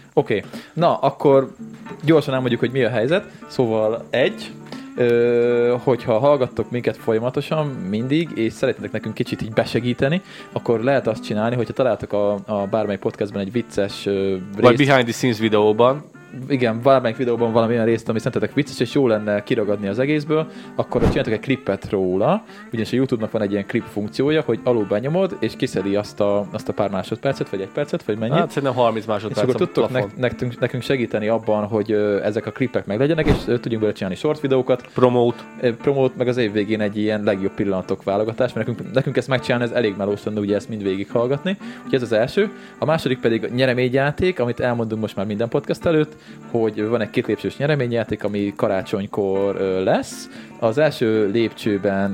Oké. Na, akkor gyorsan elmondjuk, hogy mi a helyzet. Szóval hogyha hallgattok minket folyamatosan, mindig, és szeretnétek nekünk kicsit így besegíteni, akkor lehet azt csinálni, hogyha találtok a bármely podcastben egy vicces részt. Vagy behind the scenes videóban. Igen, valamelyik videóban valamilyen részt, ami szerintetek vicces, és jó lenne kiragadni az egészből, akkor csináltok egy klippet róla, ugyanis a YouTube-nak van egy ilyen klip funkciója, hogy alul benyomod, és kiszedi azt a pár másodpercet, vagy egy percet, vagy mennyit. Hát szerintem 30 másodperc. És akkor tudtok nekünk segíteni abban, hogy ezek a klippek meglegyenek, és tudjunk bele csinálni short videókat. Promote, meg az év végén egy ilyen legjobb pillanatok válogatás, mert nekünk ezt megcsinálni, ez elég melós lenne, ugye ezt mind végig hallgatni. Úgyhogy ez az első. A második pedig a nyereményjáték, amit elmondunk most már minden podcast előtt, hogy van egy 2 lépcsős nyereményjáték, ami karácsonykor lesz. Az első lépcsőben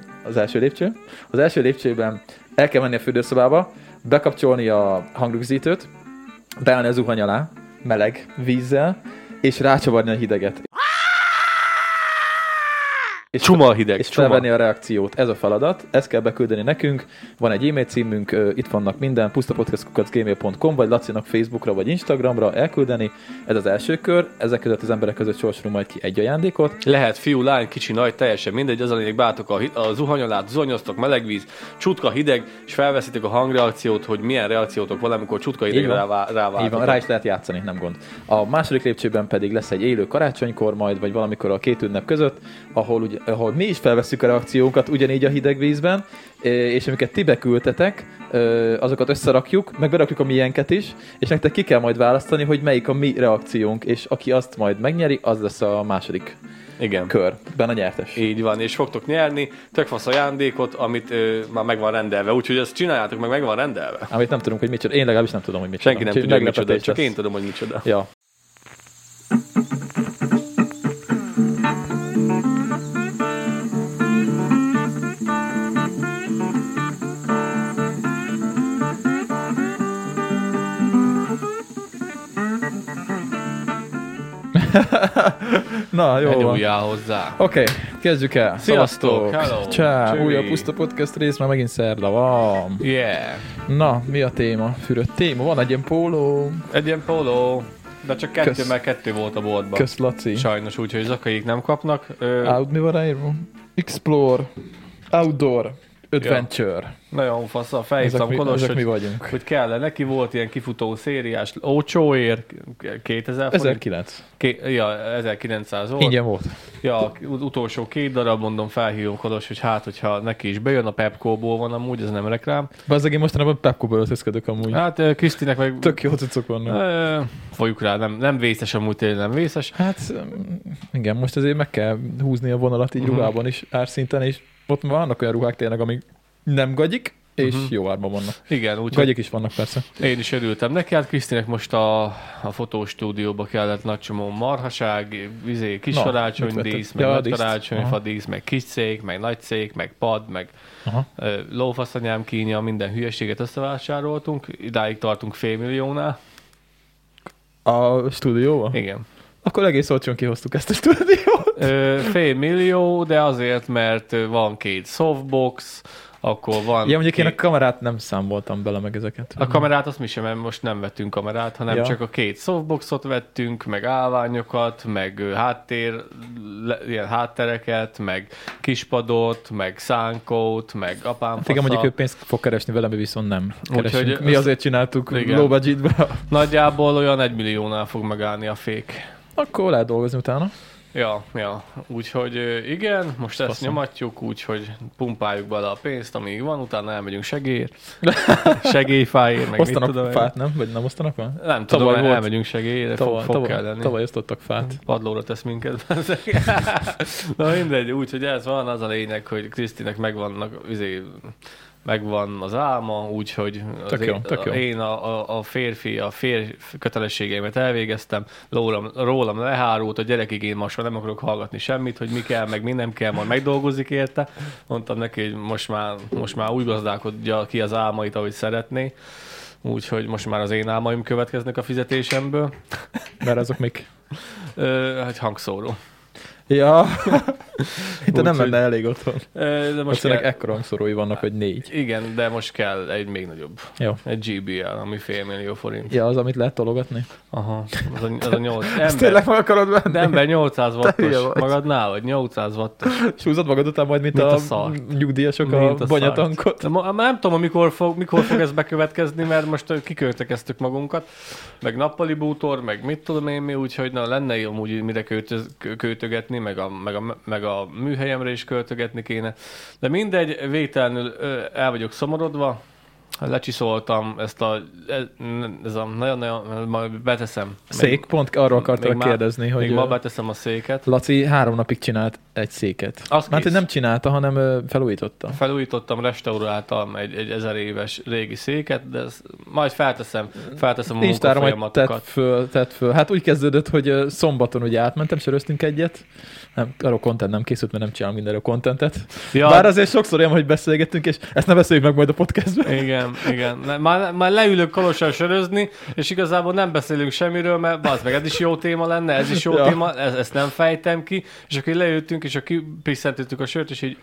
el kell menni a fürdőszobába, bekapcsolni a hangrögzítőt, beállni a zuhany alá, meleg vízzel, és rácsavarni a hideget. És Csuma hideg. És felvenni a reakciót. Ez a feladat. Ezt kell beküldeni nekünk. Van egy e-mail címünk, itt vannak minden, pusztapodcast@gmail.com, vagy Lacinak Facebookra, vagy Instagramra elküldeni. Ez az első kör. Ezek között az emberek között sorsolunk majd ki egy ajándékot. Lehet fiú, lány, kicsi, nagy, teljesen mindegy. Az a lényeg, beálltok a zuhany alá, zuhanyoztok, meleg víz, csutka hideg, és felveszitek a hangreakciót, hogy milyen reakciótok van, amikor csutka hidegre ráváltok. Így van, rá is lehet játszani, nem gond. A második lépcsőben pedig lesz egy élő karácsonykor majd, vagy valamikor a 2 ünnep között, ahol mi is felvesszük a reakciónkat ugyanígy a hideg vízben, és amiket ti beküldtetek, azokat összerakjuk, meg berakjuk a miénket is, és nektek ki kell majd választani, hogy melyik a mi reakciónk, és aki azt majd megnyeri, az lesz a második körben a nyertes. Így van, és fogtok nyerni tök fasz ajándékot, amit már meg van rendelve, úgyhogy ezt csináljátok, meg van rendelve. Amit nem tudunk, hogy micsoda. Én legalábbis nem tudom, hogy micsoda. Senki nem tudja, hogy micsoda, csak én tudom, hogy micsoda. Ja. Na, jó. Elnyúljál hozzá. Oké, kezdjük el. Sziasztok! Hello! Csá, újabb Puszta Podcast rész, már megint szerda van. Yeah! Na, mi a téma? Fürödt téma? Van egy ilyen póló. Egy ilyen póló, de csak 2, mert 2 volt a boltban. Kösz, Laci. Sajnos, úgyhogy zakaik nem kapnak. Mi van ráírva? Explore, Outdoor, Adventure. Ja. Nagyon fasz a fejszám Kolos, hogy kell. Neki volt ilyen kifutó szériás ócsóért 2000 forint. 1009. 1900 volt. Ingyen volt. Ja, utolsó 2 darab, mondom, felhívom Kolos, hogy hogyha neki is bejön, a Pepco-ból van amúgy, ez nem reklám. Bazzeg, én mostanában Pepco-ból összeszkedök amúgy. Hát Krisztinek meg... Tök jó cuccok vannak. Folyjuk rá, nem vészes amúgy, tényleg nem vészes. Hát igen, most azért meg kell húzni a vonalat így ruhában is, árszinten, és ott vannak olyan ruhák tényleg, amik nem gagyik, és jó árban vannak. Igen, úgy. Gagyik is vannak persze. Én is örültem neki, hát Krisztinek most a fotóstúdióba kellett nagy csomó marhaság, kis karácsonydísz, meg nagy karácsonyfadísz, meg kis cég, meg nagy cég, meg pad, meg lófaszanyám kínja, minden hülyeséget összevásároltunk, idáig tartunk $500,000-nál. A stúdióba? Igen. Akkor egész olcsón kihoztuk ezt a stúdiót. $500,000, de azért, mert van 2 softbox, akkor van... Ja, mondjuk én a kamerát nem számoltam bele meg ezeket. A kamerát azt mi sem, mert most nem vettünk kamerát, hanem csak a 2 softboxot vettünk, meg állványokat, meg ilyen háttereket, meg kispadot, meg szánkót, meg apámfasza. Igen, mondjuk ő pénzt fog keresni vele, mi viszont nem keresünk. Mi azért csináltuk low budgetbe. Nagyjából olyan $1,000,000-nál fog megállni a fék. Akkor lehet dolgozni utána. Ja, úgyhogy igen, most ezt nyomatjuk, úgyhogy pumpáljuk bele a pénzt, amíg van, utána elmegyünk segélyfáért, meg osztanak mit tudom. fát, nem? Vagy nem osztanak van? Nem tudom, elmegyünk segélyre, fog kell lenni. Tavaly osztottak fát. Padlóra tesz minket. Na mindegy, úgyhogy ez van, az a lényeg, hogy Krisztinek megvan az álma, úgyhogy én a férfi kötelességeimet elvégeztem, rólam lehárult, a gyerekig én most nem akarok hallgatni semmit, hogy mi kell, meg mi nem kell, majd megdolgozik érte. Mondtam neki, hogy most már úgy gazdálkodja ki az álmait, ahogy szeretné. Úgyhogy most már az én álmaim következnek a fizetésemből. Mert azok mik? Hát hangszóró. Ja. Itt nem lenne elég otthon. De most ekkora hangszorói vannak, hogy 4. Igen, de most kell egy még nagyobb. Jó. Egy GBL, ami $500 000. Ja, az, amit lehet tologatni? Aha, az a 8. Ezt tényleg meg akarod venni? De ember 800 wattos. Magadnál vagy 800 wattos. Súzod magad után majd, mint a nyugdíjasok a banyatankot. Nem tudom, mikor fog ez bekövetkezni, mert most kiköltekeztük magunkat, meg nappali bútor, meg mit tudom én mi, úgyhogy lenne amúgy mire költögetni, meg a műhelyemre is költögetni kéne. De mindegy, vételnül el vagyok szomorodva, lecsiszoltam ez a nagyon-nagyon, majd beteszem. Szék, pont arról akartam kérdezni, hogy... Még ma beteszem a széket. Laci 3 napig csinált egy széket. Mert nem csinálta, hanem felújította. Felújítottam, restauráltam egy 1000 éves régi széket, de majd felteszem a munkafolyamatokat. Tett föl. Hát úgy kezdődött, hogy szombaton ugye átmentem, söröztünk egyet. Nem, arról content nem készült, mert nem csinálom mindenről contentet. Ja. Bár azért sokszor olyan, hogy beszélgettünk, és ezt ne beszéljük meg majd a podcastben. Igen. Már leülök Kolossal sörözni, és igazából nem beszélünk semmiről, mert bazd meg, ez is jó téma lenne, ez is jó téma, ezt nem fejtem ki, és akkor leültünk, és akkor kipisszentettük a sört, és így...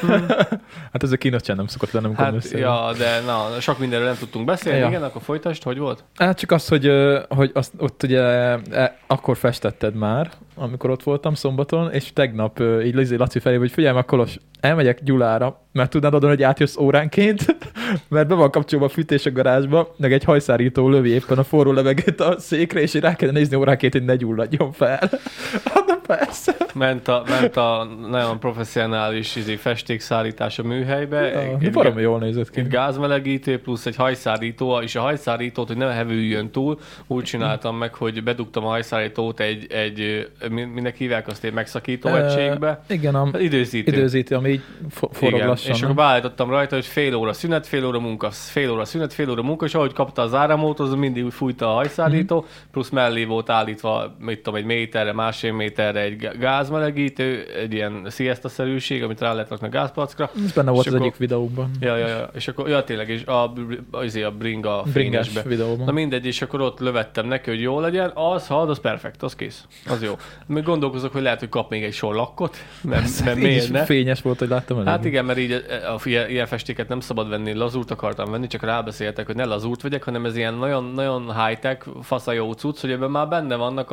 Hát ez a kínocsán nem szokott lennem. Hát, ja, de sok mindenről nem tudtunk beszélni. Ja. Igen, akkor folytasd, hogy volt? Hát csak az, hogy azt, ott ugye akkor festetted már, amikor ott voltam szombaton, és tegnap így Laci felé, hogy figyelj meg, Kolos, elmegyek Gyulára, mert tudnád adni, hogy átjössz óránként, mert be van kapcsolva a fűtés a garázsba, meg egy hajszárító lövi éppen a forró levegőt a székre, és rá kellene nézni óránként, hogy ne gyulladjon fel. Persze. Ment a nagyon professzionális festékszárítás a műhelybe. Valami jól nézett ki. Egy gázmelegítő plusz egy hajszárító, és a hajszárítót, hogy ne hevüljön túl, úgy csináltam meg, hogy bedugtam a hajszárítót egy minek hívják azt egy megszakító egységbe. Igen, időzítő, ami így forog lassan. És akkor beállítottam rajta, hogy fél óra szünet, fél óra munka, fél óra szünet, fél óra munka, és ahogy kapta az áramot, az mindig úgy fújta a hajszárító, plusz mellé volt állítva, mit tudom, egy méterre, másfél méterre egy gázmelegítő, egy ilyen siesta-szerűség, amit rá lehet rakni a gázplackra. Ez benne volt az egyik videóban. Ja. És akkor, tényleg, és a bringa fényesbe. Videóban. Na mindegy, és akkor ott lövettem neki, hogy jó legyen, az perfekt, az kész. Az jó. Még gondolkozok, hogy lehet, hogy kap még egy sor lakkot, mert miért ne? Fényes volt, hogy láttam előbb. Hát igen, mert így ilyen festéket nem szabad venni, lazúrt akartam venni, csak rábeszéltek, hogy ne lazúrt vegyek, hanem ez ilyen nagyon high-tech, faszajó cucc, hogy ebben már benne vannak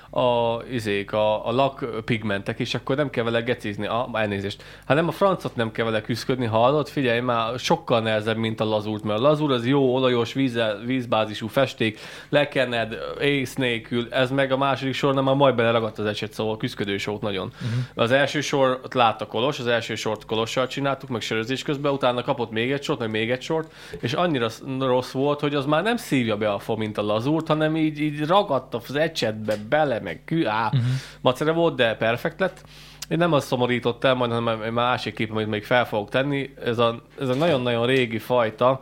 a lakpigmentek, és akkor nem kell vele gecizni, elnézést. Hát nem a francot nem kell vele küszködni, hallod? Figyelj, már sokkal nehezebb, mint a lazúrt, mert a lazúr az jó, olajos, vízbázisú festék, lekened, ész nélkül, ez meg a második sornál már majd beleragadt az eset, szóval küszködős volt nagyon. Az első sort látta Kolos, az első sort Kolossal csináltuk, meg sörözés közben, utána kapott még egy sort, meg még egy sort, és annyira rossz volt, hogy az már nem szívja be a fa, mint a lazúrt, hanem így ragadt az ecsetbe bele, meg macere volt, de perfekt lett. Én nem azt szomorított el, majd, hanem egy másik kép, amit még fel fogok tenni. Ez a nagyon-nagyon régi fajta,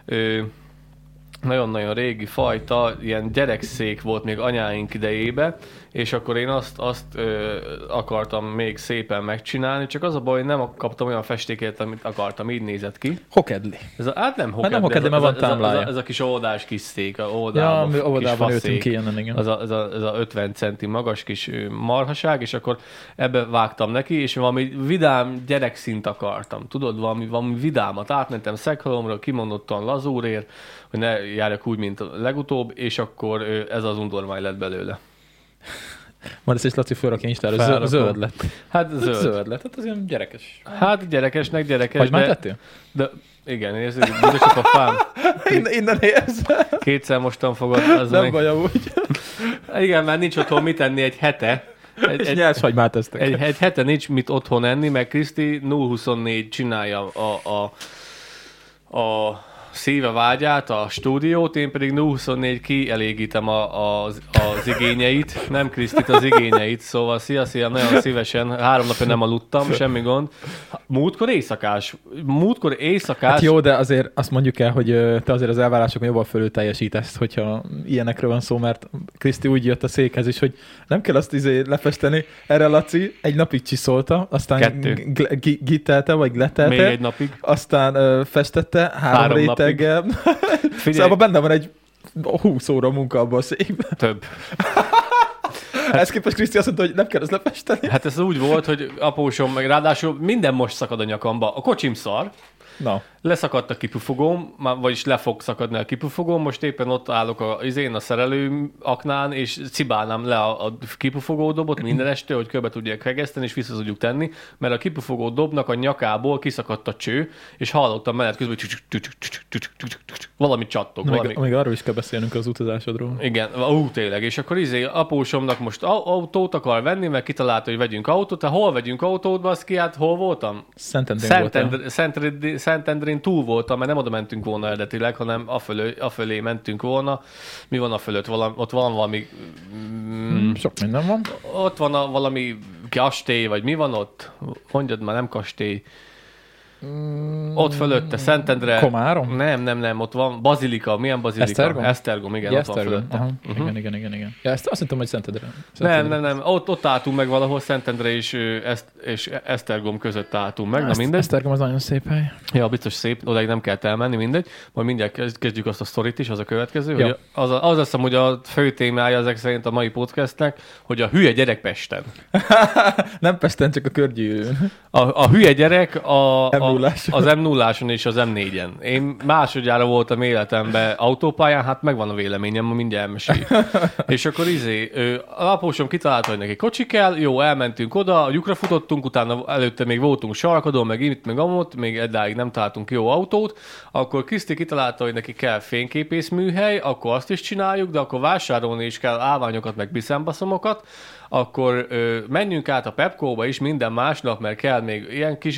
ilyen gyerekszék volt még anyáink idejébe, és akkor én azt akartam még szépen megcsinálni, csak az a baj, hogy nem kaptam olyan festéket, amit akartam, így nézett ki. Hokedli. Hát nem hokedli, mert van támlája. Ez a kis oldás kis szék, oldában ültünk ilyen, igen. Ez a 50 centi magas kis marhaság, és akkor ebbe vágtam neki, és valami vidám gyerekszint akartam. Tudod, valami vidámat. Átmentem Szeghalomra, kimondottan lazúrért, hogy ne járjak úgy, mint a legutóbb, és akkor ez az undormány lett belőle. Majd ezt is Laci fölrakja Instára, zöld lett. Hát zöld lett, hát az ilyen gyerekes. Hát gyerekesnek gyerekes. Hagymát tettél? De igen, érzed, csak a fám. Innen érzem. Kétszer mostan fogod. Nem baj amúgy. Igen, mert nincs otthon mit enni egy hete. És nyers hagymát eztek. Egy hete nincs mit otthon enni, mert Kriszti 0-24 csinálja a szíve vágyát, a stúdiót, én pedig 0-24 kielégítem az igényeit, nem Krisztit, az igényeit, szóval szia, nagyon szívesen, 3 napja nem aludtam, semmi gond. Múltkor éjszakás. Hát jó, de azért azt mondjuk el, hogy te azért az elvárásokon jobban fölül teljesítesz, hogyha ilyenekről van szó, mert Kriszti úgy jött a székhez is, hogy nem kell azt lefesteni. Erre Laci egy napig csiszolta, aztán gittelte, vagy glettelte. Még egy napig. Aztán festette 3 réteggel. Szóval benne van egy 20 óra munka abban a székben. Több. Ezt képest Kriszti azt mondta, hogy nem kell ezt lepesteni. Hát ez úgy volt, hogy apósom, meg ráadásul minden most szakad a nyakamba. A kocsim szar. No. Leszakadt a kipufogóm, vagyis le fog szakadni a kipufogóm, most éppen ott állok a szerelő aknán, és cibálnám le a kipufogó dobot minden este, hogy körbe tudják hegeszteni, és vissza tudjuk tenni, mert a kipufogó dobnak a nyakából kiszakadt a cső, és hallottam menet közben, valami csattog. Még arról is kell beszélnünk az utazásodról. Igen, tényleg. És akkor apósomnak most autót akar venni, mert kitalálta, hogy vegyünk autót. Hát hol vegyünk autót, baszki? Hát hol voltam? Szentendrén túl voltam, mert nem oda mentünk volna eredetileg, hanem afölé mentünk volna. Mi van afölött? Ott van valami... Sok minden van. Ott van valami kastély, vagy mi van ott? Mondjad már, nem kastély. Ott fölötte, Szentendre. Komárom? Nem, ott van Bazilika. Milyen Bazilika? Esztergom, igen, ott van fölötte. Igen. Ja, azt hittem, hogy Szentendre. Nem. Ott álltunk meg valahol, Szentendre és Esztergom között álltunk meg. Na mindegy. Esztergom az nagyon szép hely. Ja, biztos szép, odaig nem kell elmenni, mindegy. Majd mindjárt kezdjük azt a sztorit is, az a következő. Ja. Hogy az hiszem, hogy a fő témája ezek szerint a mai podcastnek, hogy a hülye gyerek Pesten. Nem Pesten, csak a körgyűrűn. A hülye gyerek az M0-áson és az M4-en. Én másodjára voltam életemben autópályán, hát megvan a véleményem, mindjárt elmeséljük. És akkor a apósom kitalálta, hogy neki kocsi kell, jó, elmentünk oda, a lyukra futottunk, utána előtte még voltunk sarkadon, meg itt, meg amott, még eddáig nem találtunk jó autót, akkor Kriszti kitalálta, hogy neki kell fényképészműhely, akkor azt is csináljuk, de akkor vásárolni is kell állványokat, meg biszembaszomokat, akkor menjünk át a Pepco-ba is minden másnap, mert kell még ilyen kis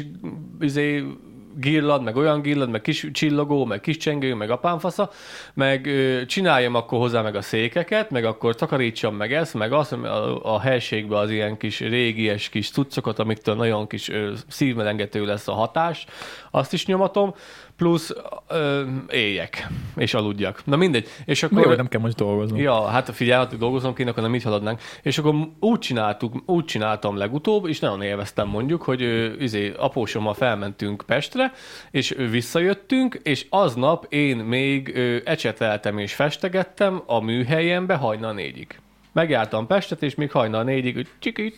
girland, meg olyan girland, meg kis csillogó, meg kis csengő, meg apánfasza, meg csináljam akkor hozzá meg a székeket, meg akkor takarítsam meg ezt, meg azt, a helységbe az ilyen kis régies kis cuccokat, amiktől nagyon kis szívmelengető lesz a hatás, azt is nyomatom, plusz éljek, és aludjak. Na mindegy. És akkor... Jó, nem kell most dolgozni. Ja, hát figyelj, hogy dolgoznom kéne, akkor nem így haladnánk. És akkor úgy csináltam legutóbb, és nagyon élveztem mondjuk, hogy apósommal felmentünk Pestre, és visszajöttünk, és aznap én még ecseteltem és festegettem a műhelyembe hajnal 4-ig. Megjártam Pestet, és még hajnal 4-ig, hogy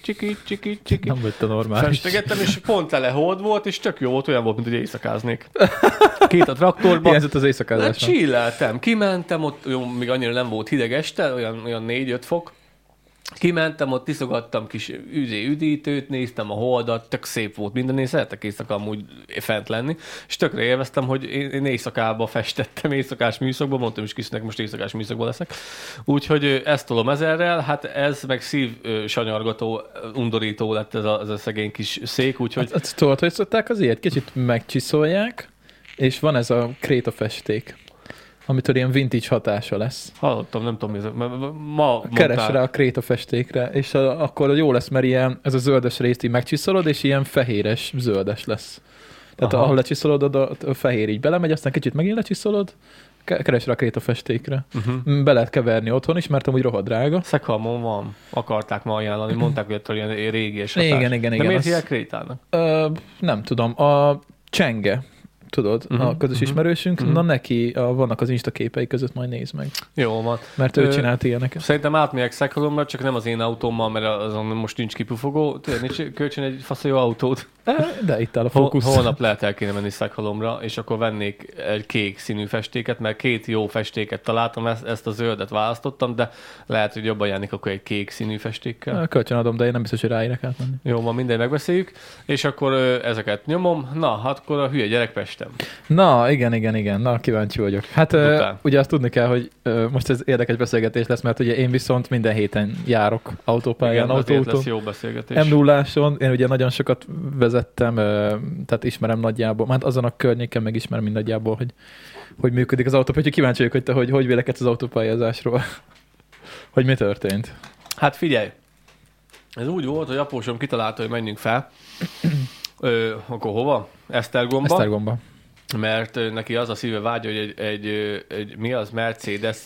csiki. Nem volt a normális. Festegettem, és pont tele hold volt, és tök jó volt, olyan volt, mint hogy éjszakáznék. Két a traktorban. Hiányzott az éjszakázás. Chilleltem, kimentem, ott jó, még annyira nem volt hideg este, olyan 4-5 fok. Kimentem, ott iszogattam kis üdítőt, néztem a holdat, tök szép volt minden, én szeretek éjszaka amúgy fent lenni, és tökre élveztem, hogy én éjszakába festettem, éjszakás műszakban, mondtam is Krisztinek, most éjszakás műszakban leszek. Úgyhogy ezt tolom ezerrel, hát ez meg szívsanyargató, undorító lett ez a szegény kis szék, úgyhogy... Hát, tudod, hogy szokták az ilyet? Kicsit megcsiszolják, és van ez a krétafesték, amitől ilyen vintage hatása lesz. Hallottam, nem tudom, ma keres rá a krétafestékre, és akkor jó lesz, mert ilyen, ez a zöldes részt így megcsiszolod, és ilyen fehéres, zöldes lesz. Tehát ahol lecsiszolod, a fehér így belemegy, aztán kicsit megint lecsiszolod, keres rá a krétafestékre. Be lehet keverni otthon is, mert amúgy rohadt drága. Szekhalmon van. Akarták ma ajánlani, mondták, hogy ilyen régi és hatás. Igen. De miért hívják krétának? Nem tudom. A Csenge, tudod, a közös ismerősünk, na neki vannak az Insta képei között, majd nézd meg. Jó van. Mert ő csinált ilyeneket. Szerintem átmegyek Szekhalomra, csak nem az én autómmal, mert azon most nincs kipufogó. Tényleg kölcsön egy faszajó autót. De itt áll a fókusz. Holnap lehet el kéne menni Szekhalomra, és akkor vennék egy kék színű festéket, mert 2 jó festéket találtam, ezt a zöldet választottam, de lehet, hogy jobban járnék akkor egy kék színű festékkel. Kölcsön adom, de én nem biztos, hogy ráérek átmenni. Jó, van, minden megbeszéljük, és akkor ezeket nyomom. Na, hát akkor a hülye gyerek Pestem. Na, igen. Na, kíváncsi vagyok. Hát ugye azt tudni kell, hogy most ez érdekes beszélgetés lesz, mert ugye én viszont minden héten járok autópályán, autóúton. Lesz jó beszélgetés. M0-áson, én ugye nagyon sokat vezettem, tehát ismerem nagyjából, hát azon a környéken meg ismerem mind nagyjából, hogy működik az autópálya, úgyhogy kíváncsi vagyok, hogy te hogy vélekedsz az autópályázásról, hogy mi történt. Hát figyelj, ez úgy volt, hogy apósom kitalálta, hogy menjünk fel. Akkor hova? Esztergomba. Mert neki az a szíve vágya, hogy egy mi az? Mercedes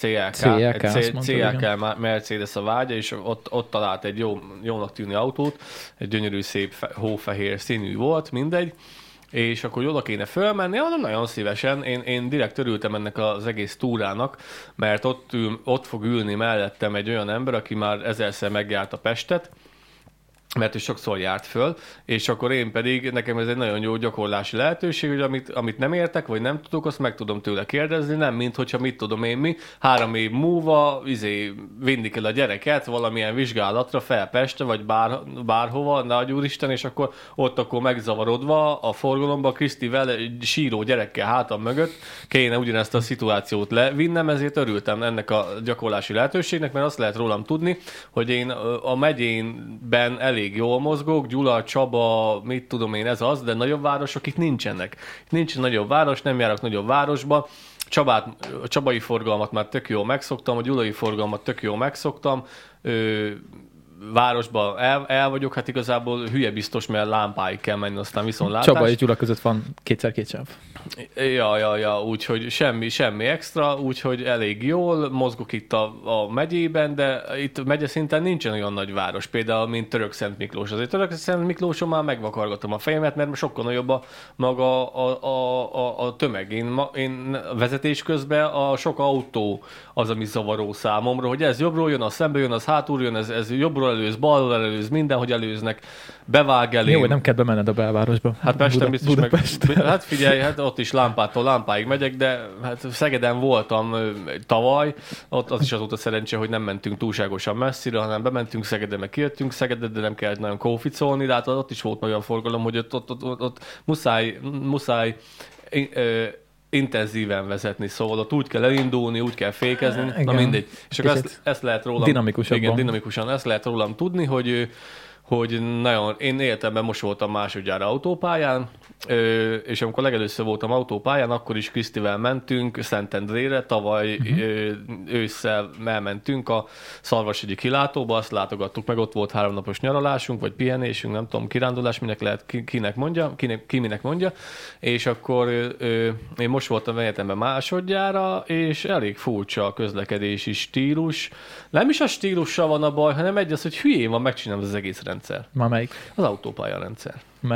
CLK Mercedes a vágya, és ott talált egy jónak tűnő autót, egy gyönyörű szép hófehér színű volt, mindegy, és akkor oda kéne fölmenni, nagyon szívesen. Én direkt örültem ennek az egész túrának, mert ott fog ülni mellettem egy olyan ember, aki már 1000-szer megjárta Pestet, mert ő sokszor járt föl, és akkor én pedig, nekem ez egy nagyon jó gyakorlási lehetőség, hogy amit nem értek, vagy nem tudok, azt meg tudom tőle kérdezni, nem mint hogyha mit tudom én mi, 3 év múlva vinni kell a gyereket valamilyen vizsgálatra fel Pestre, vagy bárhova, nagy úristen, és akkor ott megzavarodva a forgalomba Krisztivel egy síró gyerekkel hátam mögött kéne ugyanezt a szituációt levinnem, ezért örültem ennek a gyakorlási lehetőségnek, mert azt lehet rólam tudni, hogy én a megyénben elég jól mozgok, Gyula, Csaba, mit tudom én, ez az, de nagyobb városok itt nincsenek. Itt nincsen nagyobb város, nem járok nagyobb városba. A csabai forgalmat már tök jól megszoktam, a gyulai forgalmat tök jól megszoktam. Városban el vagyok, hát igazából hülye biztos, mert lámpáig kell menni, aztán viszontlátás. Csaba és Gyula között van 2x2 sáv. Ja, úgyhogy semmi extra, úgyhogy elég jól mozgok itt a megyében, de itt megye-szinten nincsen olyan nagy város, például, mint Törökszentmiklós. Azért Törökszentmiklóson már megvakargatom a fejemet, mert sokkal nagyobb maga a tömeg. Én vezetés közben a sok autó az, ami zavaró számomra, hogy ez jobbról jön, az szembe jön, az hátul jön, ez jobbról előz, balról előz, mindenhogy előznek, bevág elém. Jó, hogy nem kell bemenned a belvárosba. Hát Pesten biztos hát figyelj, hát ott is lámpától lámpáig megyek, de hát Szegeden voltam tavaly, ott az is azóta szerencse, hogy nem mentünk túlságosan messzire, hanem bementünk Szegedre, meg kijöttünk Szegedre, de nem kellett nagyon kóficolni, de hát ott is volt olyan forgalom, hogy ott muszáj intenzíven vezetni, szóval ott úgy kell elindulni, úgy kell fékezni, igen. Na mindegy. És akkor ezt lehet rólam... Dinamikusan ezt lehet rólam tudni, hogy nagyon, én életemben most voltam másodjára autópályán, és amikor legelőször voltam autópályán, akkor is Krisztivel mentünk Szentendrére, tavaly ősszel elmentünk a Szarvashegyi kilátóba, azt látogattuk meg, ott volt 3 napos nyaralásunk, vagy pihenésünk, nem tudom, kirándulás, ki minek mondja, és akkor én most voltam életemben másodjára, és elég furcsa a közlekedési stílus. Nem is a stílussal van a baj, hanem az, hogy hülyén van megcsinálni az egész rendszer. Már melyik? Az autópálya rendszer.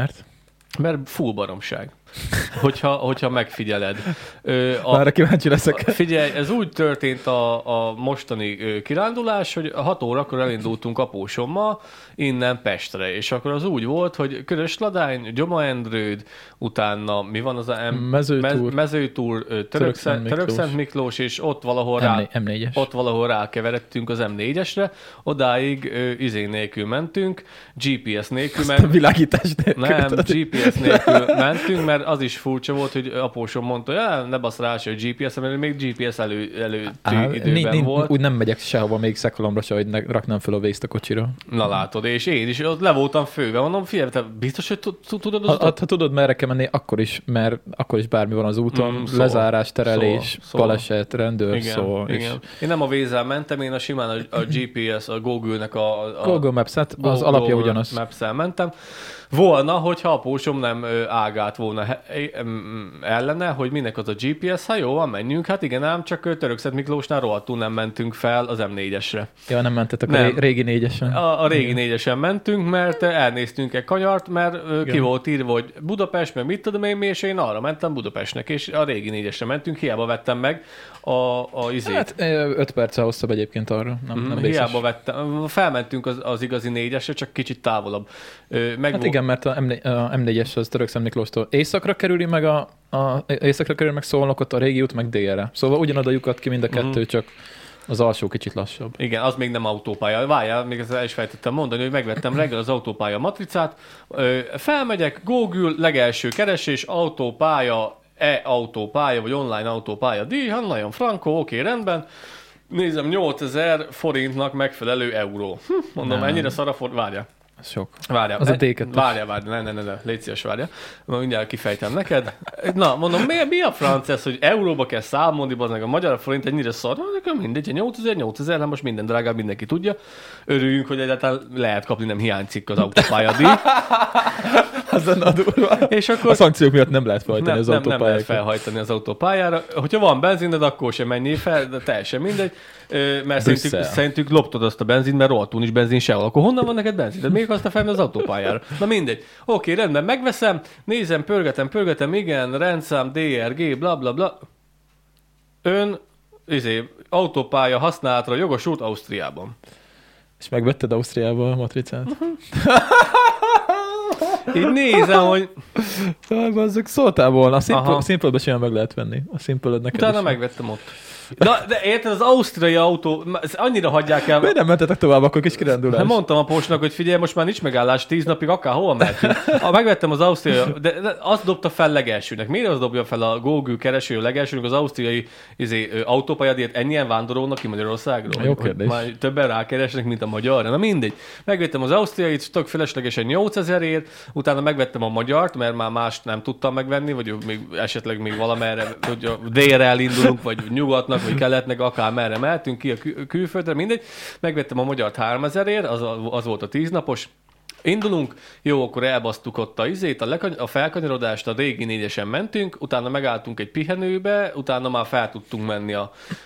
Mert full baromság, hogyha megfigyeled. Arra kíváncsi leszek. Figyelj, ez úgy történt a mostani kirándulás, hogy 6 órakor elindultunk Apósommal innen Pestre, és akkor az úgy volt, hogy Körösladány, Gyomaendrőd, utána mi van az a Mezőtúr, Törökszent Miklós, és ott valahol rákeveredtünk az M4-esre, odáig nélkül mentünk, GPS nélkül mentünk. Világítás nélkül. Nem, GPS nélkül mentünk, mert az is furcsa volt, hogy apósom mondta, hogy ne basz rá, hogy GPS, mert még GPS időben volt. Úgy nem megyek sehova még Szekolomra se, hogy raknám fel a vészt a kocsira. Na látod, és én is ott le voltam főve. Mondom, figyelj, te biztos, hogy tudod az ha tudod, merre kell menni, akkor is, mert akkor is bármi van az úton. Lezárás, terelés, baleset, rendőr, igen. És... Én nem a vézzel mentem, én simán a GPS, a Google-nek a Google Maps, hát az alapja ugyanaz. Maps-el mentem. Volna, hogyha apósom nem ágált volna ellene, hogy minek az a GPS, ha jó van, menjünk, hát igen, ám csak Törökszentmiklósnál rohadtul nem mentünk fel az M4-esre. Ja, nem mentetek a régi 4-esen. A régi 4-esen mentünk, mert elnéztünk egy kanyart, mert ki volt írva, hogy Budapest, meg mit tudom én mi, és én arra mentem Budapestnek, és a régi 4-esre mentünk, hiába vettem meg a izét. Hát 5 perccel hosszabb egyébként arra, nem hiába vettem. Felmentünk az igazi 4-esre, csak kicsit távolabb. Hát igen, mert a M4-es az Törökszentmiklóstól északra kerüli meg északra kerül meg Szolnokot, a régi út meg délre. Szóval ugyanoda lyukat ki mind a kettő, csak az alsó kicsit lassabb. Igen, az még nem autópálya. Várjál, még el is fejtettem mondani, hogy megvettem reggel az autópálya matricát. Felmegyek, Google, legelső keresés, autópálya, autópálya, vagy online autópálya díj, nagyon frankó, oké, rendben. Nézem, 8000 forintnak megfelelő euró. Mondom, ennyire várjál. Ez sok. Várjál. Az a D2-es. Várjál, ne, légy szíves, várjál. Mindjárt kifejtem neked. Na, mondom, mi a franc ez, hogy euróba kell számolni, bazd, a magyar forint ennyire szar? Nekem mindegy, 8000, hát most minden drágább, mindenki tudja. Örüljünk, hogy egyáltalán lehet kapni, nem hiányzik az autópályadíj. Az a durva. És akkor... A szankciók miatt nem lehet felhajtani az autópályára. Nem lehet felhajtani az autópályára. Hogyha van benzined, akkor sem menjél fel, de teljesen mindegy. Mert szerintük loptad azt a benzint, mert rohadtul nincs benzin sehol. Akkor honnan van neked benzin? De még azt felmenni az autópályára. Na mindegy. Oké, rendben, megveszem, nézem, pörgetem, igen, rendszám, DRG, bla bla bla. Ön autópálya használatra jogosult Ausztriában. És megvetted Ausztriában a matricát? Így nézem, hogy... Azok szóltál volna. A Simple-be simán meg lehet venni. A Simple-öd neked utána megvettem ott. De érted, az ausztriai autó, annyira hagyják el... Miért nem mentetek tovább, akkor kis kirándulás? Mondtam a Pósnak, hogy figyelj, most már nincs megállás, 10 napig akárhova mehetünk. Megvettem az ausztriai, de azt dobta fel legelsőnek. Miért az dobja fel a Google kereső legelsőnek az ausztriai autópályadíjat ennyien vándorolnak ki Magyarországról? Jó kérdés. Már többen rákeresnek, mint a magyarra. Na mindegy. Megvettem az ausztriait, tök feleslegesen 8000-ért, utána megvettem a magyart, mert már mást nem tudtam megvenni, vagy esetleg még valamerre, hogy délre elindulunk, vagy nyugatnak, vagy keletnek, akár merre mehetünk ki a külföldre, mindegy. Megvettem a magyart 3000-ért, az volt a 10 napos. Indulunk, jó, akkor elbasztuk ott a felkanyarodást, a régi 4-esen mentünk, utána megálltunk egy pihenőbe, utána már fel tudtunk menni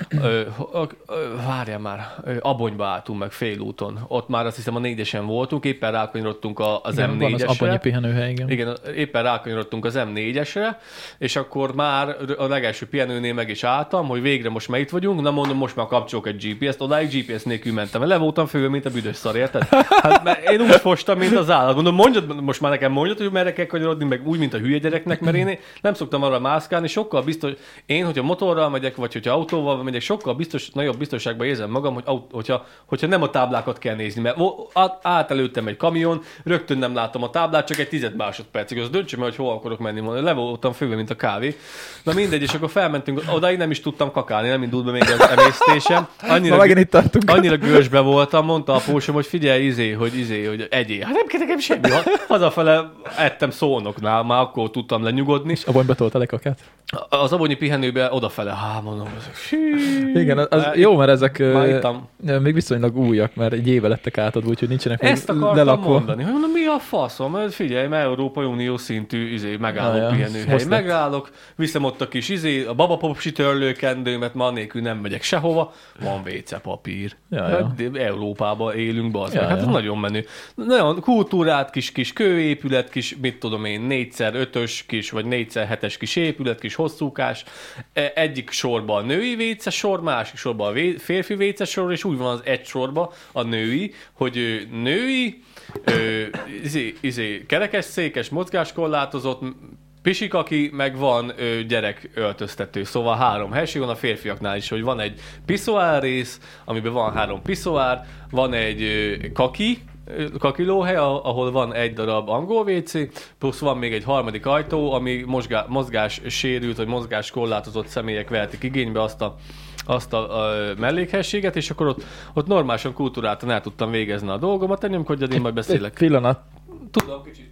várjál már, Abonyba álltunk meg félúton. Ott már azt hiszem a 4-esen voltunk, éppen rákanyarodtunk az M4-esre. Van az Abonyi pihenőhely, igen. Igen, éppen rákanyarodtunk az M4-esre, és akkor már a legelső pihenőnél meg is álltam, hogy végre most már itt vagyunk, na mondom, most már kapcsolok egy GPS-t, odáig GPS nélkül mentem, le voltam fővel, mint a büdös szar, érted? Hát mert én úgy fostam, mint az állat. Mondom, most már nekem mondjad, hogy merre kell kanyarodni, meg úgy, mint a hülye gyereknek, mert én nem szoktam arra mászkálni, sokkal biztos, én, hogyha motorral megyek, vagy hogyha autóval megyek, sokkal nagyobb biztonságban érzem magam, hogyha nem a táblákat kell nézni, mert át előttem egy kamion, rögtön nem látom a táblát, csak egy 10 másodpercig, az döntsem el, hogy hol akarok menni, le voltam főve, mint a kávé. Na mindegy, és akkor felmentünk, odáig nem is tudtam kakálni, nem indult be még az emésztésem. Annyira gőzsbe voltam, mondta a Pósom, hogy figyelj, hogy egyél. Hát nem kell nekem semmi. Hazafele ettem Szolnoknál, már akkor tudtam lenyugodni. És Abonyba toltál egy kakát? Az abonyi pihenőbe odafele. Mondom, igen, az jó, mert ezek még viszonylag újak, mert egy éve lettek átadva, úgyhogy nincsenek még lelakva. Ezt akartam mondani, hogy mondom, mi a faszom? Figyelj, mert Európai Unió szintű megálló pihenőhely. Megállok, viszem ott a kis a babapopsi törlőkendőmet, ma nélkül nem megyek sehova. Van WC papír. Európában élünk, hát ez nagyon menő. Nagyon kultúrát, kis kőépület, kis, mit tudom én, 4x5-ös kis, vagy 4x7-es kis épület, kis hosszúkás. Egyik sorban a női véces sor, másik sorban a férfi véces sor, és úgy van az egy sorban a női, hogy női, kerekesszékes, mozgáskorlátozott, pisik, aki meg van gyerek öltöztető. Szóval 3 helység van a férfiaknál is, hogy van egy piszoár rész, amiben van 3 piszoár, van egy kakilóhely, ahol van egy darab angol WC, plusz van még egy harmadik ajtó, ami mozgássérült, vagy mozgáskorlátozott személyek vehetik igénybe azt a mellékhelységet, és akkor ott normálisan, kultúráltan el tudtam végezni a dolgomat, nyomkodjad, én majd beszélek. Pillanat. Tudom kicsit.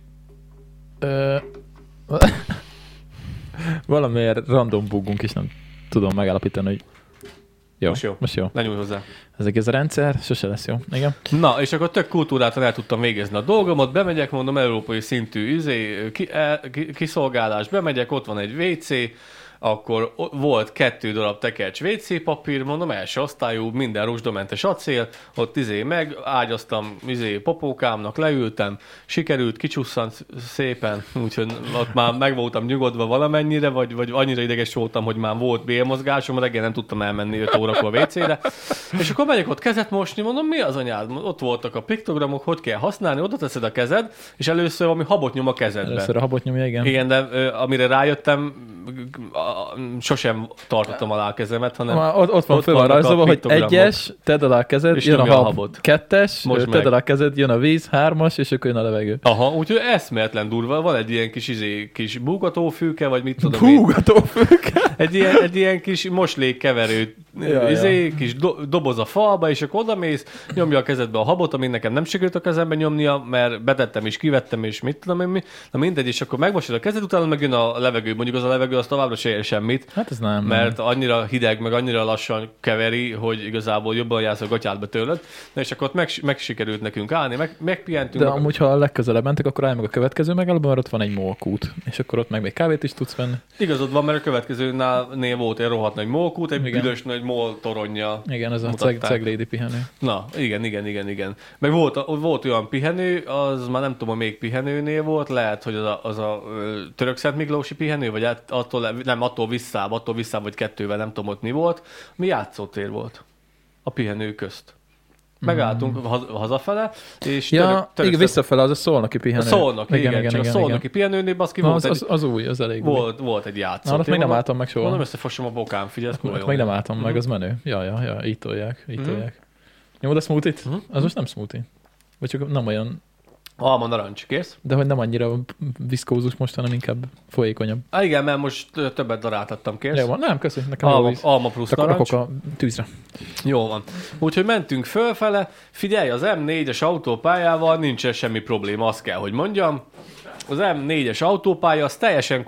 Valamiért random bugunk, és nem tudom megállapítani, hogy jó. Most jó. Ne nyújj hozzá. Ez a rendszer, sose lesz jó. Igen. Na, és akkor tök kultúráltan el tudtam végezni a dolgomat, bemegyek, mondom, európai szintű kiszolgálás, bemegyek, ott van egy WC, akkor volt 2 darab tekercs WC papír, mondom, első osztályú, minden rozsdamentes acél, ott ágyaztam popókámnak, leültem, sikerült, kicsusszant szépen, úgyhogy ott már meg voltam nyugodva valamennyire, vagy annyira ideges voltam, hogy már volt bélmozgásom, reggel nem tudtam elmenni 5 órakor a WC-re, és akkor megyek ott kezet mosni, mondom, mi az anyád? Ott voltak a piktogramok, hogy kell használni, oda teszed a kezed, és először valami habot nyom a kezedbe. Először a habot nyomja, igen. Igen, de amire rájöttem, sosem tartottam alá a kezemet, hanem ott van rajzolva, hogy 1-es, tedd alá a kezed, jön a habot. 2-es, tedd alá a kezed, jön a víz, 3-as, és akkor jön a levegő. Aha, úgyhogy eszméletlen durva. Van egy ilyen kis búgatófülke, vagy mit tudom. Búgatófülke? Egy ilyen kis moslékkeverő, kis doboz a falba, és akkor odamész, nyomja a kezedbe a habot, amit nekem nem sikerült a kezembe nyomnia, mert betettem és kivettem, és mit tudom én mi. Na mindegy, és akkor megmosod a kezed, utána megjön a levegő. Mondjuk az a levegő, az továbbra se ér semmit. Hát ez nem. Mert annyira hideg, meg annyira lassan keveri, hogy igazából jobban jársz a gatyádba tőled. Na és akkor ott meg sikerült nekünk állni, megpihentünk. De amúgy, ha a legközelebb mentek, akkor állj meg a következő megállóban, mert ott van egy mókút. És akkor ott meg még kávét is tudsz venni. Igazad van, mert a következőnél volt egy rohadt nagy mókút, egy büdös nagy mól toronja. Igen, ez a ceglédi pihenő. Na, igen. Meg volt olyan pihenő, az már nem tudom, hogy még pihenőnél volt, lehet, hogy az a török Szent Miklósi pihenő, vagy attól visszább, vagy kettővel, nem tudom, ott mi volt. Mi játszótér volt a pihenő közt. Megálltunk hazafele, és igen, visszafele az a szolnoki pihenő. Igen, csak a szolnoki pihenőnél baszki volt az új, az elég volt egy játszótér. Ott még nem álltam meg soha. Mondom, összefosom a bokám, figyelj. Ott még nem álltam meg, az menő. Ja, így tolják. Nyomod a smoothie-t? Az most nem smoothie. Vagy csak nem olyan... Alma narancs, kész? De hogy nem annyira viszkózus most, hanem inkább folyékonyabb. Igen, mert most többet daráltattam, kész? Jó van, nem, köszönjük nekem. Alma plusz narancs. Rakok a tűzre. Jó van. Úgyhogy mentünk fölfele, figyelj, az M4-es autópályával nincsen semmi probléma, azt kell, hogy mondjam. Az M4-es autópálya az teljesen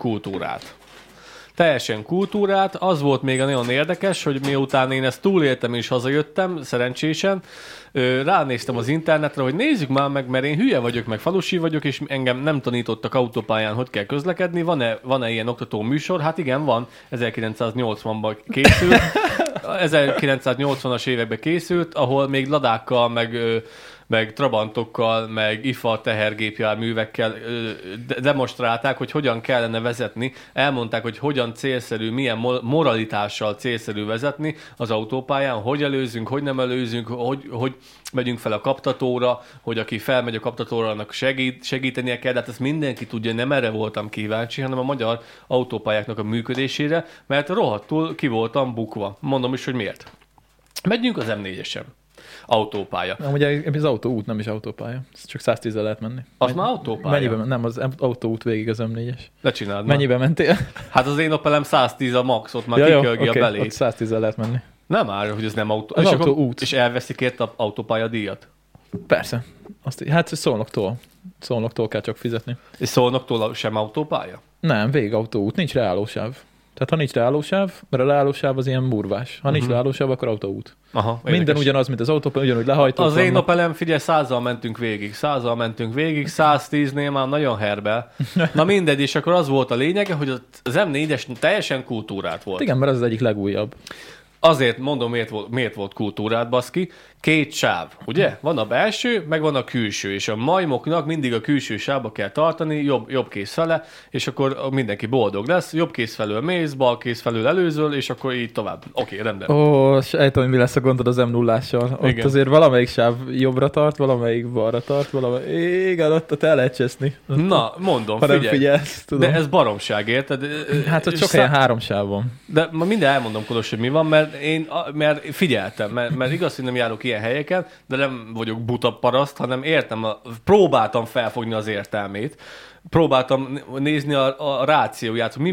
kultúrát. Az volt még nagyon érdekes, hogy miután én ezt túléltem és hazajöttem, szerencsésen, ránéztem az internetre, hogy nézzük már meg, mert én hülye vagyok, meg falusi vagyok, és engem nem tanítottak autópályán, hogy kell közlekedni. Van-e ilyen oktató műsor? Hát igen, van. 1980-ban készült. 1980-as években készült, ahol még ladákkal, meg trabantokkal, meg IFA tehergépjárművekkel demonstrálták, hogy hogyan kellene vezetni. Elmondták, hogy hogyan célszerű, milyen moralitással célszerű vezetni az autópályán, hogy előzünk, hogy nem előzünk, hogy megyünk fel a kaptatóra, hogy aki felmegy a kaptatóra, annak segítenie kell. De hát ezt mindenki tudja, nem erre voltam kíváncsi, hanem a magyar autópályáknak a működésére, mert rohadtul ki voltam bukva. Mondom is, hogy miért. Megyünk az M4-esen. Autópálya. Ugye az autóút nem is autópálya. Csak 110-el lehet menni. Az már autópálya? Nem, az autóút végig az M4-es. Ne csináld. Mennyibe mentél? Hát az én Opelem 110 a max, ott már kikölgi a belét. Ott 110-el lehet menni. Nem áll, hogy ez nem autó. Az autóút. És elveszik ért az autópálya díjat? Persze. Hát Szolnoktól kell csak fizetni. És Szolnoktól sem autópálya? Nem, végig autóút. Nincs leállósáv. Tehát ha nincs leállósáv, mert a leállósáv az ilyen burvás. Ha nincs leállósáv, akkor autóút. Aha, minden ugyanaz, mint az autópálya, ugyanúgy lehajtók. Az én Opelem, figyelj, 100-al mentünk végig, 110-nél már nagyon herbel. Na mindegy, és akkor az volt a lényege, hogy az M4-es teljesen kultúrát volt. Igen, mert ez az egyik legújabb. Azért mondom, miért volt kultúrát, baszki. 2 sáv, ugye? Van a belső, meg van a külső, és a majmoknak mindig a külső sávba kell tartani, jobb kéz fele, és akkor mindenki boldog lesz. Jobb kéz felől mész, bal kéz felől előzöl, és akkor így tovább. Oké, rendben. Sejtem, hogy mi lesz a gondod az M0-ással. Ott azért valamelyik sáv jobbra tart, valamelyik balra tart, igen, ott el lehet cseszni. Na, mondom, figyelj. Figyelsz, tudom. De ez baromság, érted? Hát ott csak ilyen 3 sáv van. De ma minden elmondom, Kolos, hogy mi van, mert figyeltem, mert igaz, hogy nem járok ilyen helyeken, de nem vagyok buta paraszt, hanem próbáltam felfogni az értelmét. Próbáltam nézni a rációját, hogy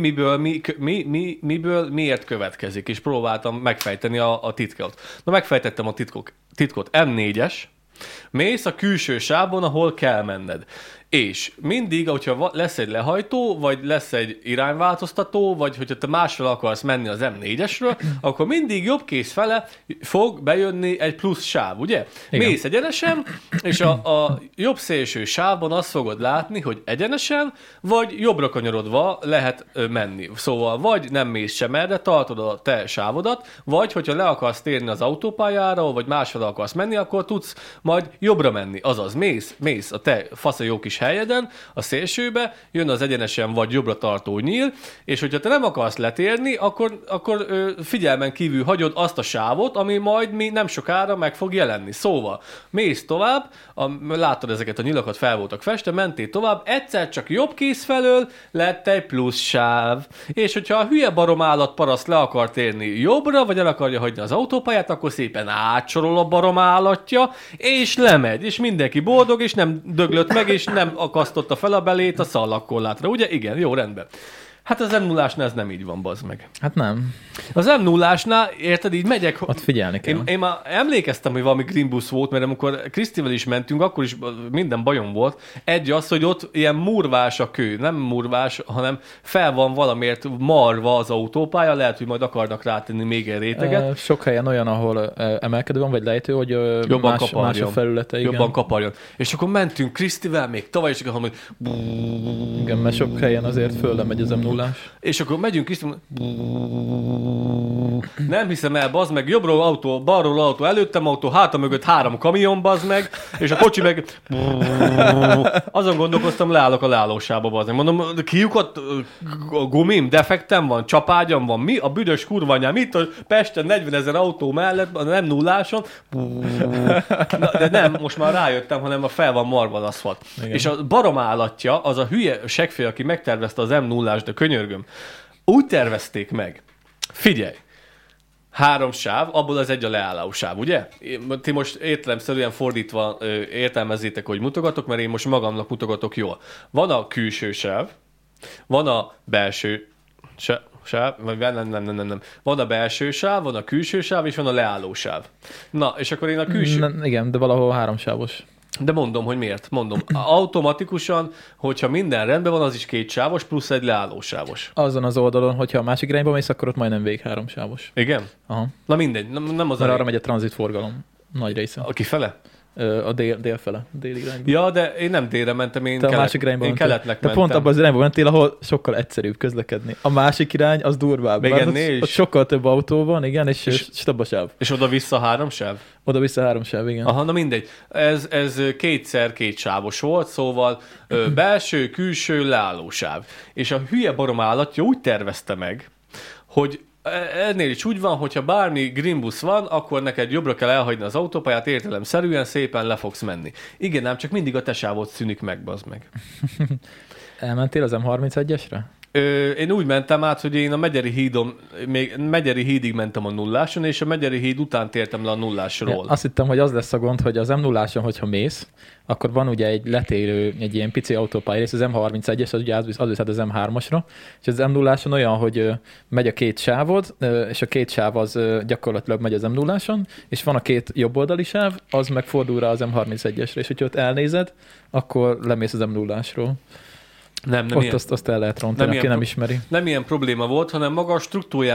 miből miért következik, és próbáltam megfejteni a titkot. Na, megfejtettem a titkot. M4-es, mész a külső sávon, ahol kell menned. És mindig, hogyha lesz egy lehajtó, vagy lesz egy irányváltoztató, vagy hogyha te másra akarsz menni az M4-esről, akkor mindig jobb kéz fele fog bejönni egy plusz sáv, ugye? Igen. Mész egyenesen, és a jobb szélső sávban azt fogod látni, hogy egyenesen, vagy jobbra kanyarodva lehet menni. Szóval vagy nem mész sem erre, tartod a te sávodat, vagy hogyha le akarsz térni az autópályára, vagy másra akarsz menni, akkor tudsz majd jobbra menni. Azaz mész a te fasz a jó kis helyeden, a szélsőbe, jön az egyenesen vagy jobbra tartó nyíl, és hogyha te nem akarsz letérni, akkor figyelmen kívül hagyod azt a sávot, ami majd nem sokára meg fog jelenni. Szóval mész tovább, láttad ezeket a nyilakat fel voltak festve, mentél tovább, egyszer csak jobb kéz felől lett egy plusz sáv. És hogyha a hülye barom állat paraszt le akar térni jobbra, vagy el akarja hagyni az autópályát, akkor szépen átsorol a barom állatja, és lemegy, és mindenki boldog, és nem döglött meg, és nem akasztotta fel a belét a szallagkorlátra. Ugye? Igen, jó, rendben. Hát az M0-ásnál ez nem így van, bazd meg. Hát nem. Az M0-ásnál, érted, így megyek... Ott figyelni kell. Én már emlékeztem, hogy valami Green Bus volt, mert amikor Krisztivel is mentünk, akkor is minden bajom volt. Egy az, hogy ott ilyen murvás a kő. Nem murvás, hanem fel van valamiért marva az autópálya, lehet, hogy majd akarnak rátenni még egy réteget. Sok helyen olyan, ahol emelkedő van, vagy lejtő, hogy más a felülete. Igen. Jobban kaparjon. És akkor mentünk Krisztivel, még tavaly is, hogy... Igen, mert sok helyen azért föl megy az M0-ás. És akkor megyünk Krisztivel, nem hiszem el, bazd meg, jobbról autó, balról autó, előttem autó, hátam mögött 3 kamion, bazd meg, és a kocsi meg... Azon gondolkoztam, leállok a leállósába, bazd meg. Mondom, kiukat a gumim, defektem van, csapágyam van, mi? A büdös kurva anyám, itt a Pesten 40 000 autó mellett, nem nulláson. De nem, most már rájöttem, hanem a fel van marva az aszfalt. Igen. És a barom állatja, az a hülye segfély, aki megtervezte az M0-ás, de könyörgöm, úgy tervezték meg. Figyelj! 3 sáv, abból az egy a leálló sáv, ugye? Ti most értelemszerűen fordítva értelmezzétek, hogy mutogatok, mert én most magamnak mutogatok jól. Van a külső sáv, van a belső sáv, vagy nem. Van a belső sáv, van a külső sáv, és van a leálló sáv. Na, és akkor én a külső... Igen, de valahol 3 sávos. De mondom, hogy miért. Mondom, automatikusan, hogyha minden rendben van, az is 2 sávos, plusz egy leállósávos. Azon az oldalon, hogyha a másik irányba mész, akkor ott majdnem végig 3 sávos. Igen? Aha. Na mindegy, nem az mert arra megy a tranzitforgalom nagy része. A kifele? A dél fele, déli irányba. Ja, de én nem délre mentem, én keletnek mentem. De pont abban az irányban mentél, ahol sokkal egyszerűbb közlekedni. A másik irány az durvább. Ott sokkal több autó van, igen, és több a sáv. És oda-vissza 3 sáv? Oda-vissza 3 sáv, igen. Aha, na mindegy. Ez 2x2 sávos volt, szóval belső, külső, leállósáv. És a hülye barom állatja úgy tervezte meg, hogy ennél is úgy van, hogyha bármi Green Bus van, akkor neked jobbra kell elhagyni az autópályát, értelemszerűen szépen le fogsz menni. Igen, nem, csak mindig a te sávod szűnik meg, bazd meg. Elmentél az M31-esre? Én úgy mentem át, hogy én a Megyeri hídig mentem a nulláson, és a Megyeri híd után tértem le a nullásról. Ja, azt hittem, hogy az lesz a gond, hogy az M0-áson, hogyha mész, akkor van ugye egy letérő, egy ilyen pici autópálya rész, az M31-es, az ugye az viszont az M3-asra, és az M0-áson olyan, hogy megy a 2 sávod, és a 2 sáv az gyakorlatilag megy az M0-áson, és van a 2 jobboldali sáv, az meg fordul rá az M31-esre, és hogyha ott elnézed, akkor lemész az M0-ásról. Nem ott azt el lehet rontani, aki nem ismeri. Nem ilyen probléma volt, hanem maga a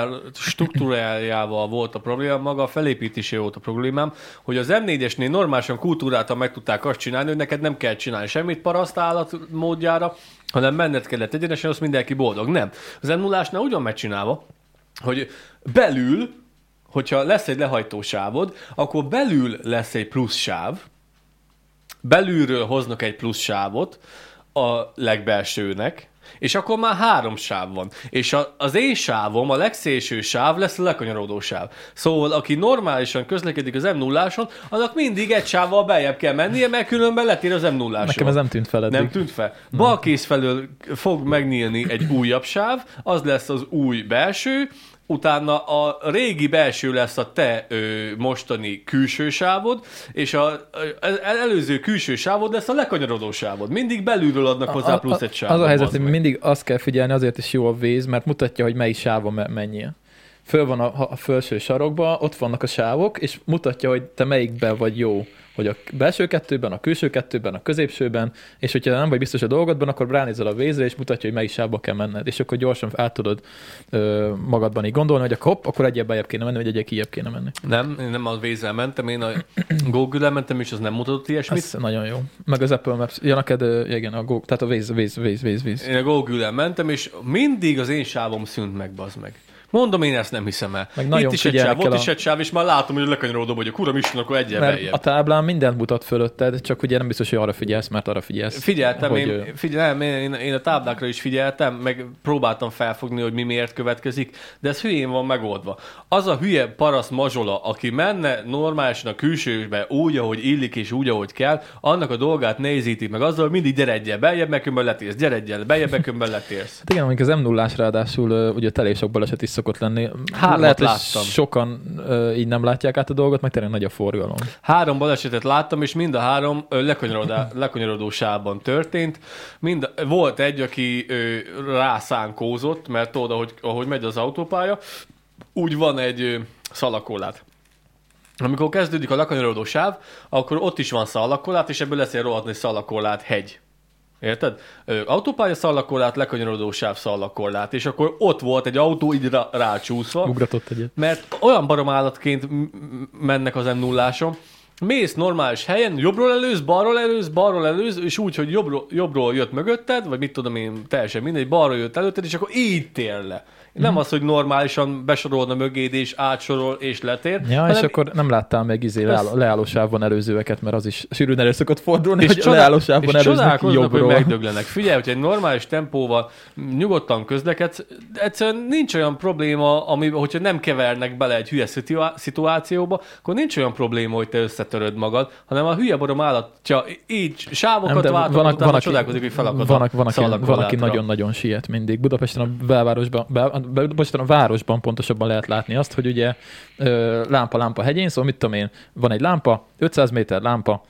struktúrájával volt a probléma, maga a felépítésé volt a problémám, hogy az M4-esnél normálisan kultúráltan meg tudták azt csinálni, hogy neked nem kell csinálni semmit parasztállat módjára, hanem menned kellett egyenesen, azt mindenki boldog. Nem. Az M0-ásnál úgy van megcsinálva, hogy belül, hogyha lesz egy lehajtósávod, akkor belül lesz egy plusz sáv, belülről hoznak egy plusz sávot, a legbelsőnek, és akkor már 3 sáv van. És az én sávom, a legszélső sáv lesz a lekanyarodó sáv. Szóval, aki normálisan közlekedik az M0-áson, annak mindig egy sávval beljebb kell mennie, mert különben letér az M0-áson. Nekem ez nem tűnt fel eddig. Nem tűnt fel. Balkész felől fog megnyílni egy újabb sáv, az lesz az új belső, utána a régi belső lesz a te mostani külső sávod, és az előző külső sávod lesz a lekanyarodó sávod. Mindig belülről adnak hozzá plusz egy sávot. Az a helyzet, hogy mindig azt kell figyelni, azért is jó a Waze, mert mutatja, hogy melyik sávon menjél. Föl van a felső sarokban, ott vannak a sávok, és mutatja, hogy te melyikben vagy jó. Hogy a belső 2-ben, a külső 2-ben, a középsőben, és hogyha nem vagy biztos a dolgodban, akkor ránézel a Waze-re, és mutatja, hogy melyik sávba kell menned. És akkor gyorsan át tudod magadban így gondolni, hogy akkor egyel beljebb kéne menni, vagy egyel kijebb kéne menni. Nem a Waze-rel mentem, én a Google-el mentem, és az nem mutatott ilyesmit. Ez nagyon jó. Meg az Apple Maps. Ja, neked, igen, tehát a Waze. Én a Google-el mentem, és mindig az én sávom szűnt meg, bazd meg. Mondom, én ezt nem hiszem el. Itt is egy sáv, ott is egy sáv, és már látom, hogy a lekanyarodó vagyok. Uram Isten, akkor egyel beljebb. A táblán mindent mutat fölötted, csak ugye nem biztos, hogy arra figyelsz, mert arra figyelsz. Figyeltem, én a táblákra is figyeltem, meg próbáltam felfogni, hogy mi miért következik, de ez hülyén van megoldva. Az a hülye paraszt mazsola, aki menne normálisan a külsőbe úgy, ahogy illik, és úgy, ahogy kell, annak a dolgát nehézítik meg azzal, hogy mindig gyere egyel beljebb, különben letérsz, gyere egyel beljebb, különben letérsz. Hát igen, amikor az M0-ás ráadásul ugye elég sok baleset is szokott lenni. 3 lehet, hogy láttam. Sokan így nem látják át a dolgot, meg tényleg nagy a forgalom. 3 balesetet láttam, és mind a 3 lekanyarodó sávban történt. Volt egy, aki rászánkózott, mert tudod, ahogy megy az autópálya, úgy van egy szalakorlát. Amikor kezdődik a lekanyarodó sáv, akkor ott is van szalakorlát, és ebből lesz egy rohadt nagy szalakorlát hegy. Érted? Autópálya szalakorlát, lekanyarodó sáv szalakorlát, és akkor ott volt egy autó így rácsúszva. Ugratott egyet. Mert olyan baromállatként mennek az M0-áson, mész normális helyen, jobbról balról előz, és úgy, hogy jobbról jött mögötted, vagy mit tudom én, teljesen mindegy, balról jött előtted, és akkor így tér le. Nem az, hogy normálisan besorolna mögéd, és átsorol, és letér. Ja, és akkor nem láttál meg leállósávban előzőeket, mert az is sűrűn elő szokott fordulni, hogy leállósávban előznek jobbról. Hogy megdöglenek. Figyelj, hogyha egy normális tempóval nyugodtan közlekedsz, egyszerűen nincs olyan probléma, hogyha nem kevernek bele egy hülye szituációba, akkor nincs olyan probléma, hogy te összetöröd magad, hanem a hülye barom állatja így sávokat váltott, utána csodálkozik, hogy felakad van, aki nagyon-nagyon siet mindig. Budapesten a városban pontosabban lehet látni azt, hogy ugye lámpa hegyén, szóval mit tudom én, van egy lámpa, 500 méter lámpa,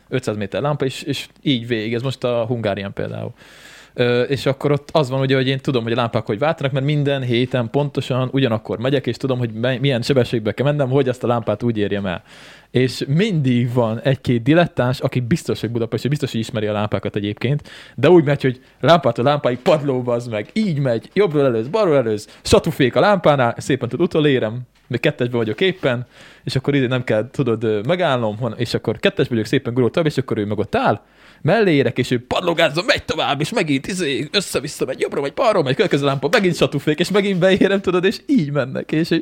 és így végig. Ez most a Hungárián például. És akkor ott az van ugye, hogy én tudom, hogy a lámpák hogy váltanak, mert minden héten pontosan ugyanakkor megyek, és tudom, hogy milyen sebességbe kell mennem, hogy ezt a lámpát úgy érjem el. És mindig van egy-két dilettáns, aki biztos, hogy Budapest, biztos, hogy ismeri a lámpákat egyébként, de úgy megy, hogy lámpától lámpáig padlóba az meg, így megy, jobbról előz, balról előz, satúfék a lámpánál, szépen utolérem, még 2-esben vagyok éppen, és akkor ide nem kell, tudod, megállnom, és akkor 2-es vagyok, szépen gurul tovább, és akkor ő meg ott áll, mellé érek, és ő padlógázza, megy tovább, és megint össze-vissza megy, jobbra megy, balról megy, következő lámpa, megint satúfék, és megint beérem, tudod, és így mennek, és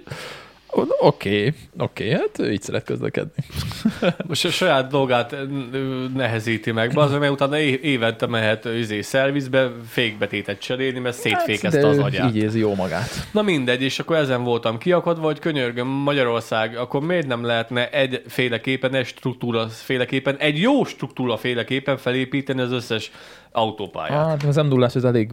Oké, hát így szeret közlekedni. Most a saját dolgát nehezíti meg, mert utána évente mehet szervizbe fékbetétet cserélni, mert szétfékezte az agyát. Így érzi jó magát. Na mindegy, és akkor ezen voltam kiakadva, hogy könyörgöm, Magyarország, akkor miért nem lehetne egy struktúra féleképpen, egy jó struktúra féleképpen felépíteni az összes autópályát? Hát az M0-ás az elég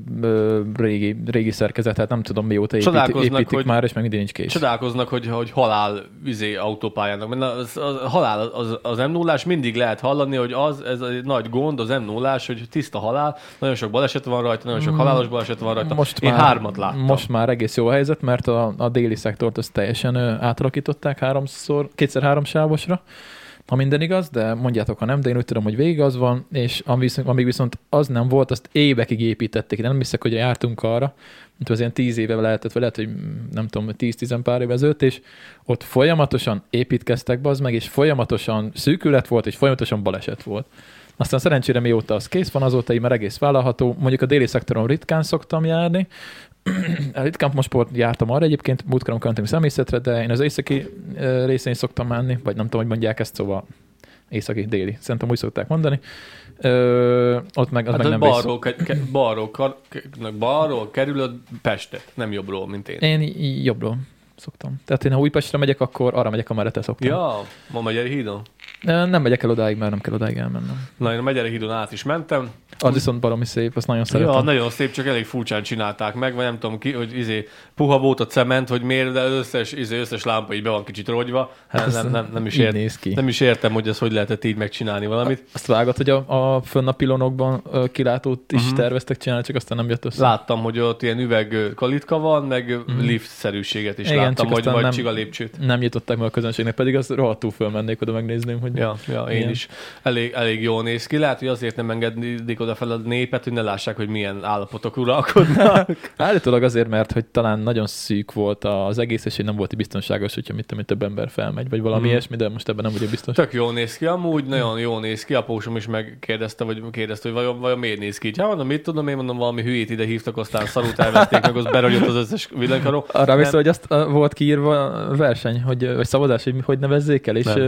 régi szerkezet, hát nem tudom mióta építik már, és meg mindig nincs kész. Csodálkoznak, hogy halál autópályának. Mert a halál az M0-ás mindig lehet hallani, hogy ez egy nagy gond az M0-ás, hogy tiszta halál, nagyon sok baleset van rajta, nagyon sok halálos baleset van rajta. Én 3 láttam. Most már egész jó a helyzet, mert a déli szektort azt teljesen átalakították 2x3 sávosra, ha minden igaz, de mondjátok, ha nem, de én úgy tudom, hogy végig az van, és amíg viszont az nem volt, azt évekig építették. De nem hiszek, hogy jártunk arra, mint az ilyen 10 éve lehetett, vagy lehet, hogy nem tudom, 10-10 pár éve ezelőtt, és ott folyamatosan építkeztek be az meg, és folyamatosan szűkület volt, és folyamatosan baleset volt. Aztán szerencsére mióta az kész van, azóta így már egész vállalható. Mondjuk a déli szektoron ritkán szoktam járni. Ritkán most jártam arra egyébként, múltkor költöm szemészetre, de én az északi részén szoktam menni, vagy nem tudom, hogy mondják ezt, szóval északi, déli. Szerintem úgy szokták mondani. Ott meg, az hát meg nem balról kerülöd Pestet, nem jobbról, mint én. Én jobbról szoktam. Tehát én ha Újpestre megyek, akkor arra megyek, amerre te szoktam. Ja, ma Megyeri hídon? Nem megyek el odáig, mert nem kell odáig elmennem. Na, én a Megyeri hídon át is mentem. Az viszont baromi szép, azt nagyon szeretem. Ja, nagyon szép, csak elég furcsán csinálták meg, vagy nem tudom ki, hogy puha volt a cement, hogy miért, de összes lámpa így be van kicsit rogyva. Hát nem is értem, hogy ezt hogy lehetett így megcsinálni valamit. Azt vágod, hogy a fönn a pilonokban kilátót is terveztek csinálni, csak aztán nem jött össze. Láttam, hogy ott ilyen üvegkalitka van, meg lift-szerűséget is. Igen, láttam, vagy csiga lépcsőt. Nem nyitották meg a közönségnek, pedig az rohadtul fölmennék oda, megnézném, hogy... Ja, én is. Elég jól néz ki. Lehet, hogy azért nem engedik oda fel a népet, hogy ne lássák, hogy milyen állapotok uralkodnak. Állítólag azért, mert hogy talán nagyon szűk volt az egész, és hogy nem volt biztonságos, hogyha több ember felmegy, vagy valami ilyesmi, de most ebben nem vagyok biztos. Tök jól néz ki, amúgy nagyon jól néz ki. Apósom is megkérdezte, hogy vajon miért néz ki. Hát mondom, mit tudom, én mondom, valami hülyét ide hívtak, aztán szarút elvették, meg az beragyott az összes villanykaró. Arra vissza, hogy azt volt kiírva a verseny, vagy szavazás, hogy nevezzék el, és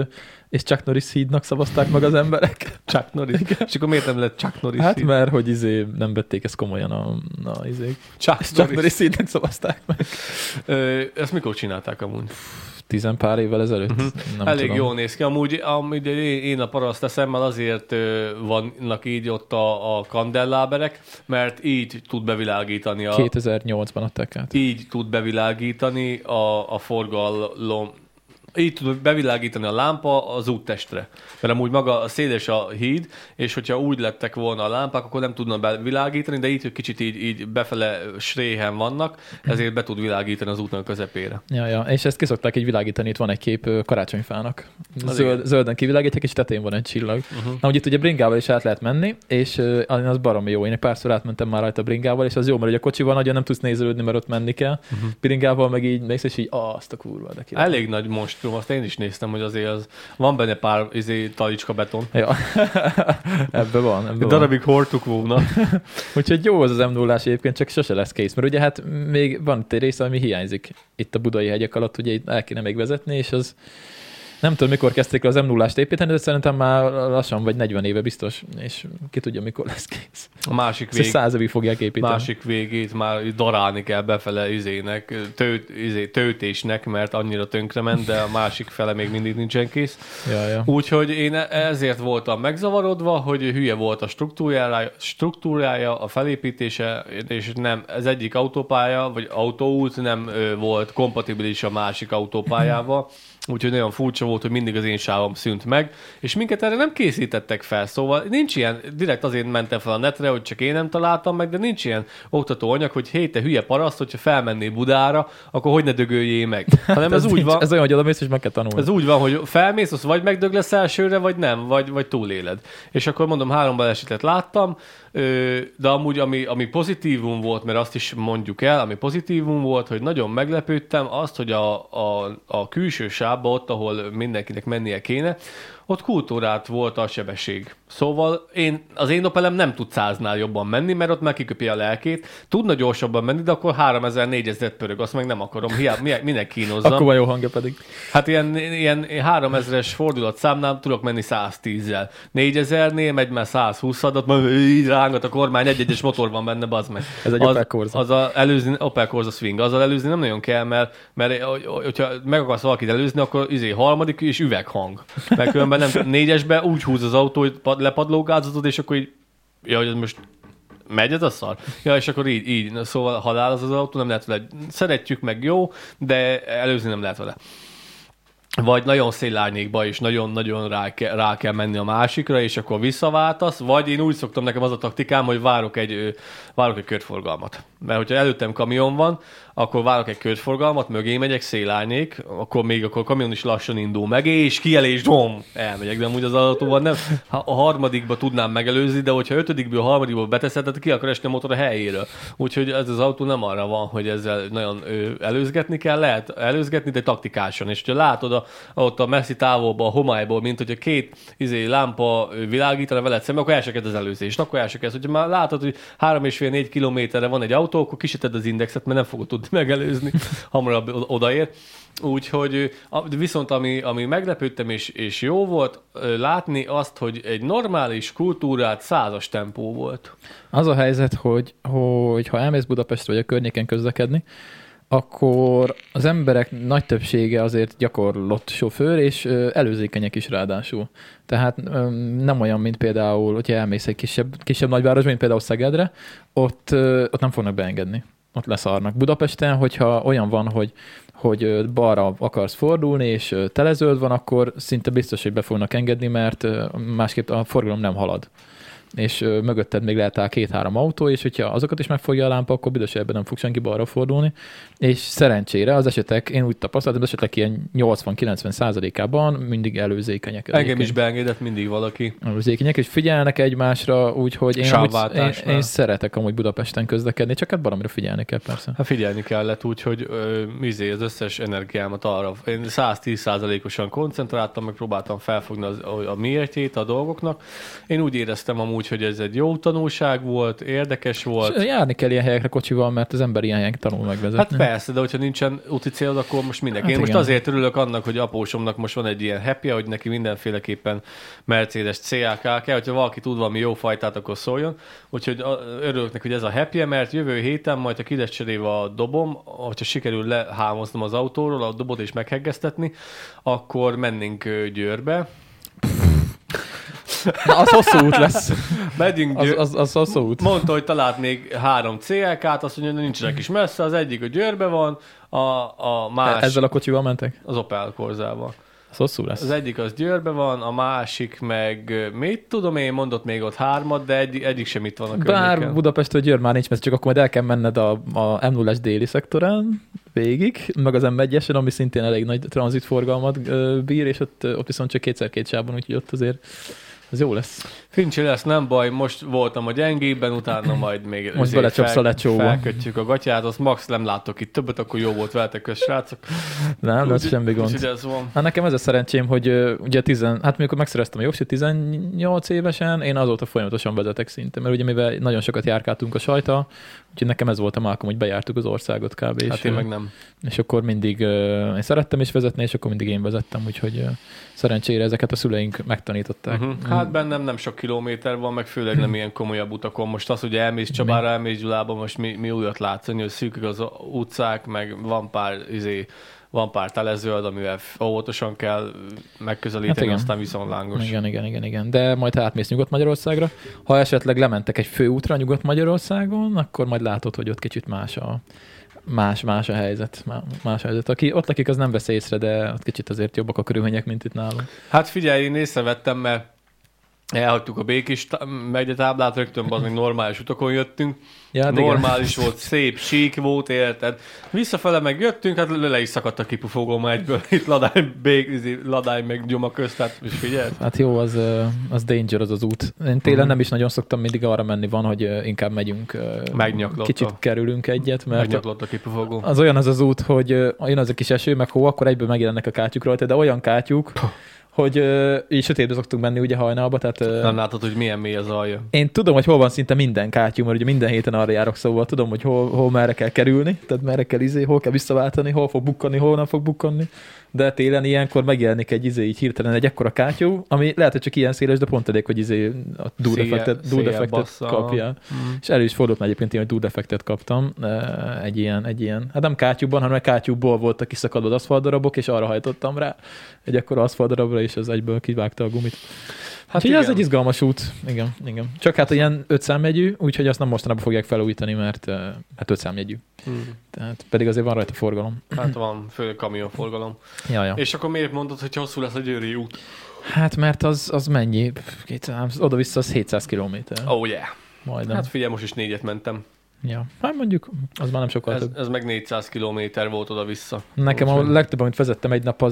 és Chuck Norris hídnak szavazták meg az emberek. Chuck Norris. És akkor miért nem lett Chuck Norris Hát híd? Mert hogy nem vették ezt komolyan a Chuck Norris hídnak szavazták meg. Ezt mikor csinálták amúgy? 10 pár évvel ezelőtt. Elég jól néz ki. Amúgy én a paraszt eszemmel azért vannak így ott a kandelláberek, mert így tud bevilágítani 2008-ban adták át. Így tud bevilágítani a forgalom. Így tud bevilágítani a lámpa az úttestre. Mert amúgy maga széles a híd, és hogyha úgy lettek volna a lámpák, akkor nem tudna bevilágítani, de így kicsit így befele sréhen vannak, ezért be tud világítani az útnak közepére. Ja, és ezt kiszokták így világítani, itt van egy kép karácsonyfának. Zölden kivilágítják, és tetején van egy csillag. Na, ugye itt bringával is át lehet menni, és az baromi jó. Én egy párszor átmentem már rajta bringával, és az jó, mert ugye a kocsival nagyon nem tudsz nézelődni, mert ott menni kell. Bringával meg így mész, és így azt a kurva. Elég nagy most. Azt én is néztem, hogy azért van benne pár talicska beton. Ja, ebben van. Darabig hordtuk volna. Úgyhogy jó az M0-ás egyébként, csak sose lesz kész, mert ugye hát még van egy része, ami hiányzik itt a budai hegyek alatt, ugye itt el kéne még vezetni, és az nem tudom, mikor kezdték az M0-ást építeni, de szerintem már lassan vagy 40 éve biztos, és ki tudja, mikor lesz kész. A másik vég, 100 évig fogják építeni. Másik végét már darálni kell befele töltésnek, mert annyira tönkrement, de a másik fele még mindig nincsen kész. Ja. Úgyhogy én ezért voltam megzavarodva, hogy hülye volt a struktúrája, a felépítése, és nem, ez egyik autópálya, vagy autóút nem volt kompatibilis a másik autópályával. Úgyhogy nagyon furcsa volt, hogy mindig az én sávom szűnt meg, és minket erre nem készítettek fel, szóval nincs ilyen, direkt azért mentem fel a netre, hogy csak én nem találtam meg, de nincs ilyen oktató anyag, hogy hé, te hülye paraszt, hogyha felmennél Budára, akkor hogy ne dögöljél meg. Hanem ez úgy van. Ez olyan, hogy odamész, és meg kell tanulni. Ez úgy van, hogy felmész, az vagy megdög lesz elsőre, vagy nem, vagy túléled. És akkor mondom, 3 balesetet láttam, de amúgy ami pozitívum volt, mert azt is mondjuk el, ami pozitívum volt, hogy nagyon meglepődtem azt, hogy a külső sávba ott, ahol mindenkinek mennie kéne, ott kultúrát volt a sebesség. Szóval az én Opelem nem tud 100-nál jobban menni, mert ott már kiköpi a lelkét. Tudna gyorsabban menni, de akkor 3000-4000 pörög, azt meg nem akarom. Hiába, minek kínozzam. Akkor jó hangja pedig. Hát ilyen 3000-es fordulatszámnál tudok menni 110-zel. 4000-nél megy már 120-adat, majd így rángat a kormány, egy-egyes motor van benne, bazd meg. Ez egy Opel Corsa. Az előzni, Opel Corsa Swing. Azzal előzni nem nagyon kell, mert hogyha meg akarsz valakit előzni, akkor harmadik és üveghang. Mert különben nem 4-esbe úgy húz az autó, hogy lepadlógázatod, és akkor így, hogy most megy ez a szar? Ja, és akkor így. Szóval halál az autó, nem lehet vele. Szeretjük meg, jó, de előzni nem lehet vele. Vagy nagyon szélárnyékba is nagyon-nagyon rá kell menni a másikra, és akkor visszaváltasz, vagy én úgy szoktam, nekem az a taktikám, hogy várok egy körforgalmat. Mert hogyha előttem kamion van, akkor várok egy körforgalmat, mögé megyek, szélárnyék, akkor a kamion is lassan indul meg, és kielés, elmegyek, de amúgy az autóban nem. A harmadikba tudnám megelőzni, de hogyha 5-ből a harmadikba beteszed, tehát ki akar esni a motor a helyéről. Úgyhogy ez az autó nem arra van, hogy ezzel nagyon előzgetni kell, lehet előzgetni, de taktikásan. És hogyha látod ott a messzi távolba, a homályból, mint hogyha 2 lámpa világítana veled szemben, akkor elseked az előzést. Akkor elseked, hogyha már látod, hogy 3,5-4 kilométerre van egy autó, akkor kisüted az indexet, mert nem fogod tudni megelőzni, hamarabb odaér. Úgyhogy viszont ami meglepődtem és jó volt látni azt, hogy egy normális kultúrát 100-as tempó volt. Az a helyzet, hogy ha elmész Budapestre vagy a környéken közlekedni, akkor az emberek nagy többsége azért gyakorlott sofőr, és előzékenyek is ráadásul. Tehát nem olyan, mint például, hogyha elmész egy kisebb nagyvárosba, mint például Szegedre, ott nem fognak beengedni. Ott leszarnak. Budapesten, hogyha olyan van, hogy balra akarsz fordulni, és telezöld van, akkor szinte biztos, hogy be fognak engedni, mert másképp a forgalom nem halad. És mögötted még lehet áll 2-3 autó, és hogyha azokat is megfogja a lámpa, akkor biztos, ebben nem fog senki balra fordulni. És szerencsére az esetek, én úgy tapasztaltam, az esetek ilyen 80-90%-ában mindig előzékenyek. Engem is beengedett mindig valaki. Előzékenyek, és figyelnek egymásra, úgyhogy én szeretek amúgy Budapesten közlekedni, csak hát baromira figyelni kell persze. Hát figyelni kellett, úgyhogy az összes energiámat arra. Én 110%-osan koncentráltam, meg próbáltam felfogni a miértjét a dolgoknak. Én úgy éreztem amúgy, úgy, hogy ez egy jó tanulság volt, érdekes volt. És járni kell ilyen helyekre kocsival, mert az ember ilyen helyek tanul megvezetni. Hát persze, de hogyha nincsen úti célod, akkor most mindenki. Én most azért örülök annak, hogy apósomnak most van egy ilyen happy, hogy neki mindenféleképpen Mercedes CLK kell, hogyha valaki tud valami jó fajtát, akkor szóljon. Úgyhogy örülök neki, hogy ez a happy, mert jövő héten majd, ha ki lesz cserélve a dobom, hogyha sikerül lehámoznom az autóról a dobot és meghegesztetni, akkor mennénk Győrbe. Na, az hosszú út lesz. Megyünk az hosszú út. Mondta, hogy talált még 3 CLK-t, azt mondja, hogy nincsenek is messze, az egyik a Győrbe van, a más... Ezzel a kocsival mentek? Az Opel Corzával. Az hosszú lesz. Az egyik az Győrbe van, a másik meg, mit tudom én, mondott még ott 3, de egyik sem itt van a környéken. Bár Budapestről Győr már nincs, mert csak akkor majd el kell menned a M0-es déli szektorán végig, meg az M1-esen, ami szintén elég nagy tranzitforgalmat bír, és ott viszont csak 2x2 sávban, úgyhogy ott azért ez jó lesz. Fincsi lesz, nem baj, most voltam a gyengében, utána majd még most belecsapsz a lecsóba. Felkötjük a gatyát, azt max nem látok itt többet, akkor jó volt veletek köz, srácok. Nem, ez semmi gond. Hát nekem ez a szerencsém, hogy ugye mikor megszereztem a jogsit 18 évesen, én azóta folyamatosan vezetek szinte, mert ugye mivel nagyon sokat járkáltunk a sajta, úgyhogy nekem ez volt a málkom, hogy bejártuk az országot kb. Hát én meg nem. És akkor mindig én szerettem is vezetni, és akkor mindig én vezettem, úgyhogy szerencsére ezeket a szüleink megtanították. Hát bennem nem sok kilométer van, meg főleg nem ilyen komolyabb utakon. Most az, hogy elmész Csabára, elmész Gyulába, most mi újat látszani, hogy szűkök az utcák, meg van pár teleződ, amivel óvatosan kell megközelíteni, hát aztán viszonlángos. Igen. De majd ha átmész Nyugat-Magyarországra, ha esetleg lementek egy főútra Nyugat-Magyarországon, akkor majd látod, hogy ott kicsit más a helyzet. Más a helyzet. Aki ott lakik, az nem vesz észre, de ott kicsit azért jobbak a körülmények, mint itt nálunk. Hát figyelj, én észrevettem, mert elhagytuk a Békés megyetáblát, rögtön még normális utakon jöttünk. Ja, normális volt, szép, sík volt, érted? Visszafele meg jöttünk, hát le is szakadt a kipufogóm egyből. Itt Ladály meg Gyoma közt, hát is figyeld. Hát jó, az danger az út. Én télen nem is nagyon szoktam mindig arra menni, van, hogy inkább megyünk, kicsit kerülünk egyet, mert megnyaklott a kipufogó. Az olyan az út, hogy jön az a kis eső, meg hó, akkor egyből megjelennek a kátyuk rajta, de olyan kátyuk, hogy így sötétbe szoktunk menni ugye hajnalba. Tehát, nem látod, hogy milyen mély az alja. Én tudom, hogy hol van szinte minden kátyú, mert ugye minden héten arra járok, szóval tudom, hogy hol merre kell kerülni, tehát merre kell hol kell visszaváltani, hol fog bukkanni, hol nem fog bukkanni. De télen ilyenkor megjelenik így hirtelen egy ekkora kátyú, ami lehet, hogy csak ilyen széles, de pont elég, hogy a dúrdefektet kapja. És elő is fordult már egyébként ilyen, hogy dúrdefektet kaptam. Egy ilyen, hát nem kátyúban, hanem kátyúból voltak kiszakadva az aszfaltdarabok, és arra hajtottam rá egy ekkora aszfaltdarabra, és az egyből kivágta a gumit. Hát igen. Ez egy izgalmas út. Igen. Csak hát ilyen 5 számjegyű, úgyhogy azt nem mostanában fogják felújítani, mert hát 5 számjegyű. Tehát pedig azért van rajta forgalom. Hát van, főleg kamionforgalom. Ja. És akkor miért mondod, hogy hosszú lesz a győri út? Hát mert az mennyi? Oda-vissza az 700 kilométer. Oh yeah. Majdnem. Hát figyelj, most is 4-et mentem. Ja, hát mondjuk, az már nem sokkal több. Ez meg 400 kilométer volt oda-vissza. Nekem a legtöbb, amit vezettem egy nap, az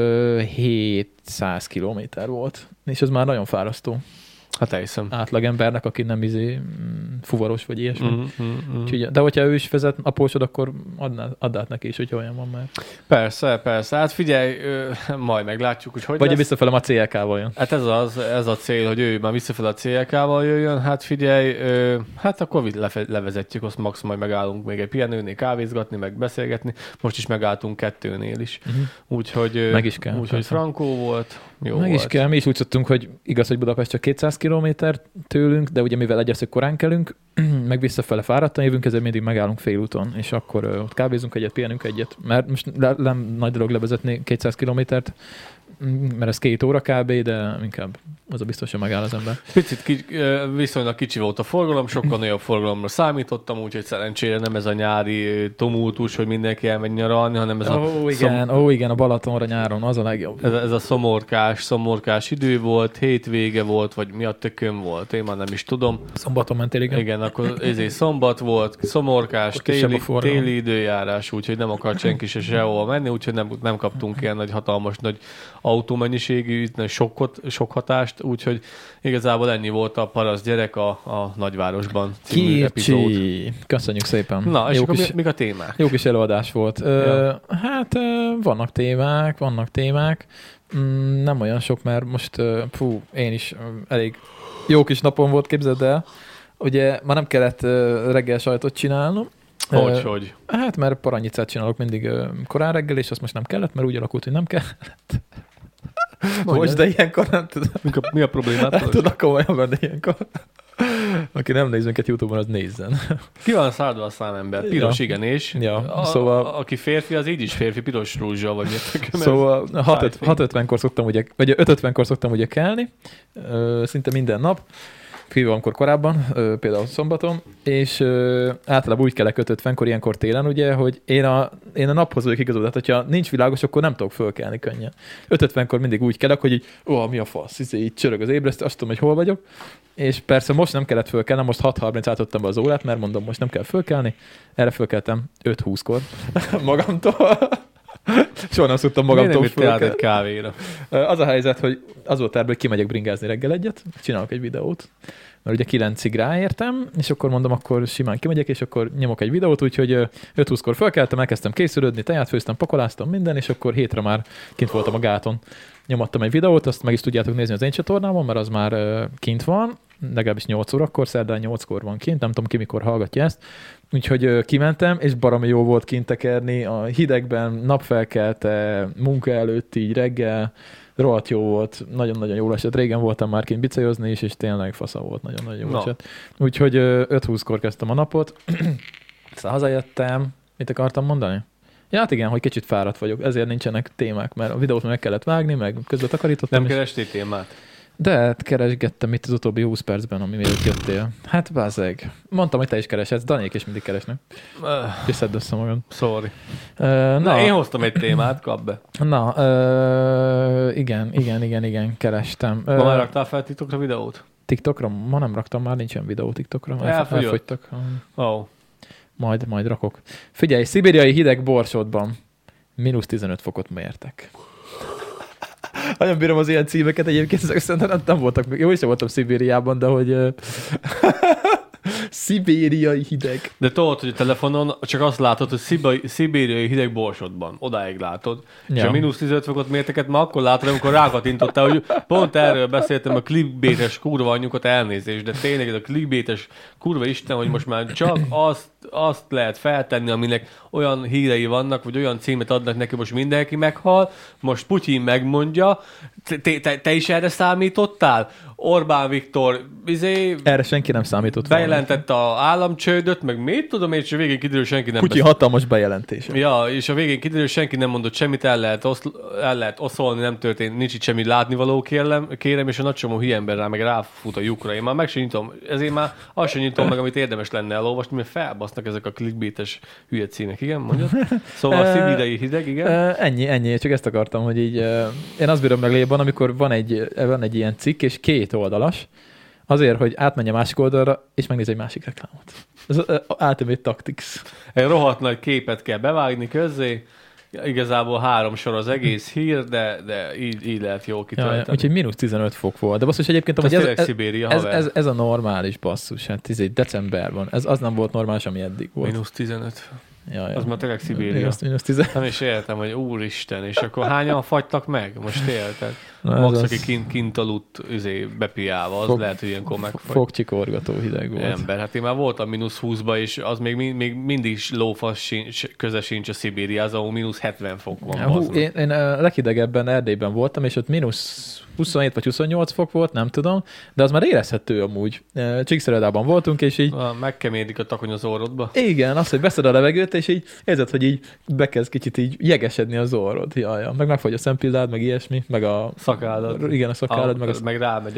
700 kilométer volt. És ez már nagyon fárasztó. Hát elhiszem. Átlagembernek, aki nem fuvaros vagy ilyesmi. Úgyhogy, de hogyha ő is vezet apósod, akkor add át neki is, hogyha olyan van már. Persze. Hát figyelj, majd meglátjuk, hogy vagy lesz. Visszafelem a CLK-val jön. Hát ez a cél, hogy ő már visszafele a CLK-val jöjjön. Hát figyelj, hát akkor levezetjük, azt max majd megállunk még egy pihenőnél kávézgatni, meg beszélgetni. Most is megálltunk 2-nél is. Úgyhogy meg is kell. Úgyhogy frankó volt. Jó meg volt. Is kell. Mi is úgy szoktunk, hogy igaz, hogy Budapest csak 200 kilométer tőlünk, de ugye mivel egyszerűen korán kelünk, meg visszafele fáradtan jövünk, ezért mindig megállunk félúton, és akkor ott kávézunk egyet, pihenünk egyet, mert most nem nagy dolog levezetni 200 kilométert, mert ez 2 óra kb., de inkább az a biztos, hogy megáll az ember. Picit viszonylag kicsi volt a forgalom, sokkal nagyobb forgalomra számítottam, úgyhogy szerencsére nem ez a nyári tumultus, hogy mindenki elmegy nyaralni, hanem ez igen, a Balatonra nyáron, az a legjobb. Ez a szomorkás idő volt, hétvége volt, vagy mi a tökön volt, én már nem is tudom. Szombaton mentél, igen. Igen, akkor szombat volt, szomorkás, téli időjárás, úgyhogy nem akart senki se sehova menni, úgyhogy nem kaptunk ilyen hatalmas nagy autómennyiségű sok hatást, úgyhogy igazából ennyi volt a Parasz gyerek a nagyvárosban című epizód. Köszönjük szépen. Na, és akkor mik a témák? Jó kis előadás volt. Hát vannak témák. Nem olyan sok, mert most én is elég jó kis napom volt, képzeld el. Ugye már nem kellett reggel sajtot csinálnom. Hogy? Hát mert paranyicát csinálok mindig korán reggel, és azt most nem kellett, mert úgy alakult, hogy nem kellett. Most, de ilyenkor nem tudom. Mi a problémát? Nem tudok komolyan venni ilyenkor. Aki nem néz minket YouTube-on, az nézzen. Ki van szárdva a számember? Piros, igen, és szóval... aki férfi, az így is férfi, piros rúzsa, vagy miért? Szóval 6:50-kor szoktam ugye, vagy 5:50-kor szoktam ugye kelni, szinte minden nap, kivéve amikor korábban, például szombaton, és általában úgy kelek 5:50-kor, ilyenkor télen, ugye, hogy én a naphoz vagyok igazodott, hogyha nincs világos, akkor nem tudok fölkelni könnyen. 5:50-kor mindig úgy kelek, hogy így, mi a fasz, így csörög az ébresztő, azt tudom, hogy hol vagyok, és persze most nem kellett fölkelni, most 6:30 átadtam be az órát, mert mondom, most nem kell fölkelni, erre fölkeltem 5:20-kor magamtól. Soha nem szoktam magamtól fölkelni. Egy kávéra. Az a helyzet, hogy az volt terve, hogy kimegyek bringázni reggel egyet, csinálok egy videót, mert ugye 9-ig ráértem, és akkor mondom, akkor simán kimegyek, és akkor nyomok egy videót, úgyhogy 5:20-kor fölkeltem, elkezdtem készülődni, teját főztem, pakoláztam minden, és akkor 7-re már kint voltam a gáton. Nyomattam egy videót, azt meg is tudjátok nézni az én csatornámon, mert az már kint van, legalábbis 8 órakor, szerdán 8-kor van kint, nem tudom ki mikor hallgatja ezt. Úgyhogy kimentem, és baromi jó volt kint tekerni, a hidegben, napfelkelte, munka előtt így reggel, rohadt jó volt, nagyon-nagyon jól esett. Régen voltam már kint bicajozni is, és tényleg fasza volt, nagyon-nagyon jól esett. Úgyhogy 5:20-kor kezdtem a napot, aztán hazajöttem, mit akartam mondani? Ja, hát igen, hogy kicsit fáradt vagyok, ezért nincsenek témák, mert a videót meg kellett vágni, meg közben takarítottam. Nem kerestél témát? De hát keresgettem itt az utóbbi 20 percben, ami miért jöttél. Hát bázeg. Mondtam, hogy te is kereshetsz, Daniék is mindig keresnek. És szedd össze magad. Sorry. Na, én hoztam egy témát, kap be. Na, igen, kerestem. Ma már raktál fel TikTokra videót? TikTokra? Ma nem raktam, már nincsen videó TikTokra. Elfogytak. Majd rakok. Figyelj, szibériai hideg Borsodban -15 fokot mértek. Nagyon bírom az ilyen címeket, egyébként szerintem nem voltak, jó is voltam Szibériában, de hogy szibériai hideg. De tudod, hogy a telefonon csak azt látod, hogy szibériai hideg Borsodban. Odáig látod. Ja. És a -15 fokot mérteket már akkor látod, amikor rákattintottál, hogy pont erről beszéltem, a clickbaites kurva anyukat, elnézést, de tényleg ez a clickbaites kurva Isten, hogy most már csak azt lehet feltenni, aminek olyan hírei vannak, vagy olyan címet adnak neki, most mindenki meghal, most Putyin megmondja, te is erre számítottál? Orbán Viktor erre senki nem számított. Bejelentette a államcsődöt, meg mit tudom, és a végén kiderül, senki nem... Putyin hatalmas bejelentése. Ja, és a végén kiderül, senki nem mondott semmit, el lehet oszolni, nem történt, nincs itt semmi látnivaló, kérem, és a nagy csomó hiember rá meg ráfut a lyukra. Én már meg sem nyitom, ezért már azt sem nyitom meg, amit érdemes lenne elolvasni, mert felbasznak ezek a clickbaites hülye címek. Igen, mondjad? Szóval a szibériai hideg, igen? Ennyi, csak ezt akartam, hogy így én azt bírom meg lévban, amikor van egy ilyen cikk, és 2 oldalas, azért, hogy átmenj a másik oldalra, és megnéz egy másik reklámot. Ez Ultimate Tactics. Egy rohadt nagy képet kell bevágni közzé, igazából 3 sor az egész hír, de így lehet jól kitölteni. Ja, úgyhogy -15 fok volt. De basszus egyébként, hogy ez a normális basszus. Hát decemberben. Az nem volt normális, ami eddig volt. -15. Ja. Az már tényleg Szibéria. Nem is értem, hogy úristen, és akkor hányan fagytak meg? Most érted? Max, aki kint aludt bepiálva, az lehet, hogy ilyenkor megfagy. Fogcsikorgató hideg volt. Ember, hát én már voltam -20-ba, és az még mindig lófasz köze sincs a Szibériához, ahol -70 fok van. Én a leghidegebben Erdélyben voltam, és ott -27 vagy 28 fok volt, nem tudom, de az már érezhető amúgy. Csíkszeredában voltunk, és így... Megkemédik a takony az orrodba. Igen, az, hogy veszed a levegőt, és így érzed, hogy így bekezd kicsit így jegesedni az orrod. Ja. Meg megfagy a szempillád, meg ilyesmi, meg a szakállad. Igen, a szakállad. Meg rámegy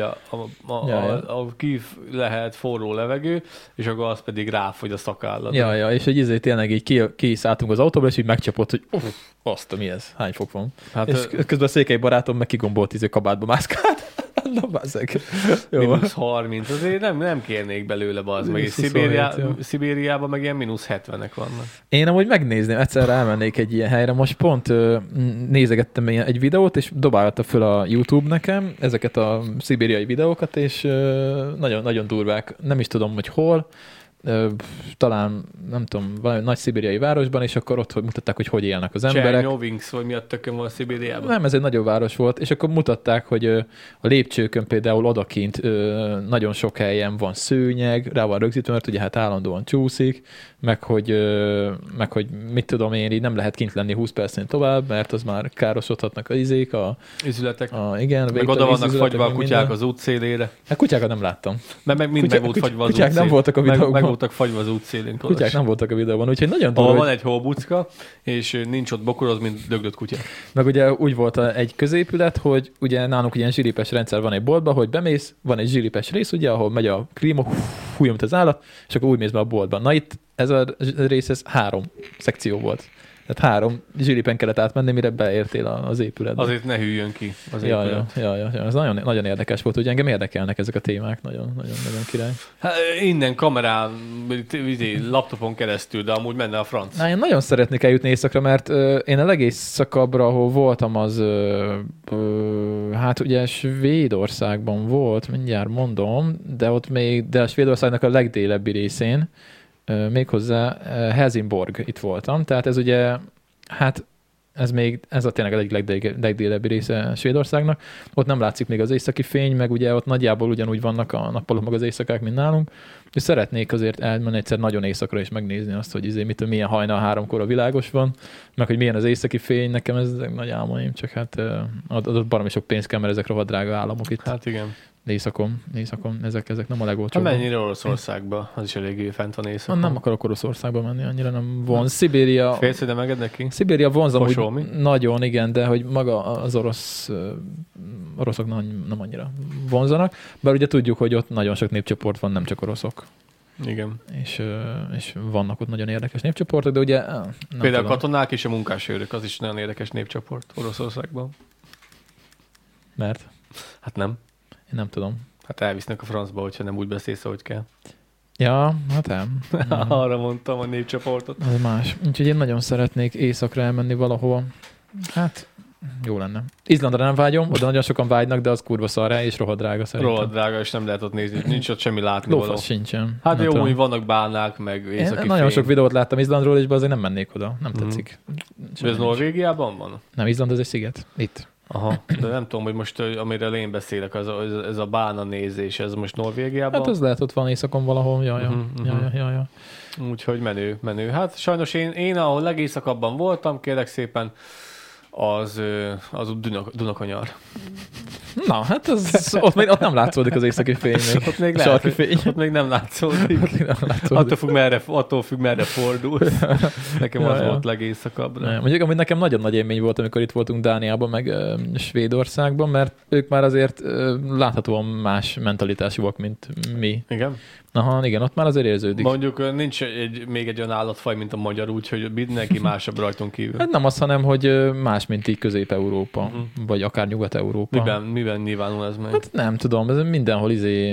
a kív lehet forró levegő, és akkor az pedig ráfogy a szakállad. Ja, és hogy tényleg így kiszálltunk az autóba, és így megcsapott, hogy azt, mi ez? Hány fok van? Hát és közben a székely barátom meg kigombolt kabátba mászkált. Na, bazzeg. -30, azért nem kérnék belőle, bazd meg. Szibériában meg ilyen -70-ek vannak. Én amúgy megnézném, egyszer elmennék egy ilyen helyre. Most pont nézegettem egy videót, és dobálta föl a YouTube nekem ezeket a szibériai videókat, és nagyon-nagyon durvák. Nem is tudom, hogy hol. talán, nem tudom, valami nagy szibériai városban, és akkor ott mutatták, hogy élnek az emberek. Csernovinsk, vagy mi a tökön van Szibériában? Nem, ez egy nagyobb város volt, és akkor mutatták, hogy a lépcsőkön például odakint nagyon sok helyen van szőnyeg, rá van rögzítve, mert ugye hát állandóan csúszik, meg hogy mit tudom én, így nem lehet kint lenni 20 percnél tovább, mert az már károsodhatnak az izék, üzletek. Igen, meg oda vannak fagyva a kutyák az útszélére. Hát kutyákat nem láttam. Mert mind meg volt fagyva az útszélén. Nem voltak a videóban. Meg voltak fagyva az útszélén. Kutyák nem voltak a videóban, úgyhogy nagyon durva. Van egy hóbucka, és nincs ott bokor, mint döglött kutya. Meg ugye úgy volt egy középület, hogy ugye nálunk ilyen zsiripes rendszer van egy boltban, hogy bemész, van egy zsiripes rész, ugye, ahol megy a klíma, fújja, mint az állat, és akkor úgy mész be a boltban. Na itt ez a rész, ez 3 szekció volt. Tehát 3 zsiripen kellett átmenni, mire beértél az épületbe. Azért ne hűljön ki az épület. Ja. Ez nagyon, nagyon érdekes volt, ugye engem érdekelnek ezek a témák, nagyon király. Hát, innen kamerán, laptopon keresztül, de amúgy menne a franc. Én nagyon szeretnék eljutni északra, mert én a legészakabbra, ahol voltam, az hát ugye Svédországban volt, mindjárt mondom, de a Svédországnak a legdélebbi részén, méghozzá Helsingborg itt voltam, tehát ez ugye, hát ez a tényleg a legdélebbi része Svédországnak, ott nem látszik még az északi fény, meg ugye ott nagyjából ugyanúgy vannak a nappalok meg az éjszakák, mint nálunk, és szeretnék azért elmenni egyszer nagyon éjszakra és megnézni azt, hogy milyen hajnal 3-kor a világos van, meg hogy milyen az északi fény, nekem ez nagy álmaim, csak hát adott baromi sok pénz kell, mert ezek rohadt drága államok itt. Hát igen. Északon, ezek nem a legolcsóbbak. Mennyire Oroszországba? Az is eléggé fent van északon. Nem akarok Oroszországba menni, annyira nem vonz. Szibéria... Félsz, hogy nem enged neki? Szibéria vonzom úgy nagyon, igen, de hogy maga az oroszok nem annyira vonzanak, bár ugye tudjuk, hogy ott nagyon sok népcsoport van, nem csak oroszok. Igen. És vannak ott nagyon érdekes népcsoportok, de ugye... Például a katonák és a munkásőrök, az is nagyon érdekes népcsoport Oroszországban. Mert? Hát nem. Én nem tudom. Hát elvisznek a francba, hogyha nem úgy beszélsz, ahogy kell. Ja, hát nem. Arra mondtam a népcsoportot. Az más. Úgyhogy én nagyon szeretnék északra elmenni valahova. Hát, jó lenne. Izlandra nem vágyom, oda nagyon sokan vágynak, de az kurva szar rá, és rohadt drága szerintem. Rohadt drága, és nem lehet ott nézni. Nincs ott semmi látni való. Sincsen. Hát jó, hogy vannak bálnák, meg északi fény. Nagyon sok videót láttam Izlandról, és azért nem mennék oda. Nem tetszik. De ez Norvégiában van? Nem, Izland az egy sziget. Itt. Aha, de nem tudom, hogy most amiről én beszélek, ez a bána nézés, ez most Norvégiában? Hát az lehet, ott van északon valahol, ja. Úgyhogy menő. Hát sajnos én ahol legészakabban voltam, kérlek szépen, az Dunakanyar. Na, hát ott nem látszódik az északi fény. Ott még nem látszódik. Attól függ, merre fordul. Nekem az volt legészakabbra. Mondjuk, amúgy nekem nagyon nagy élmény volt, amikor itt voltunk Dániában, meg Svédországban, mert ők már azért láthatóan más mentalitásúak, mint mi. Igen? Aha, igen, ott már azért érződik. Mondjuk nincs még egy olyan állatfaj, mint a magyar, úgyhogy mindenki másabb rajtunk kívül. Hát nem az, hanem, hogy más, mint így Közép-Európa, vagy akár Nyugat-Európa. Miben nyilvánul ez meg? Hát nem tudom, ez mindenhol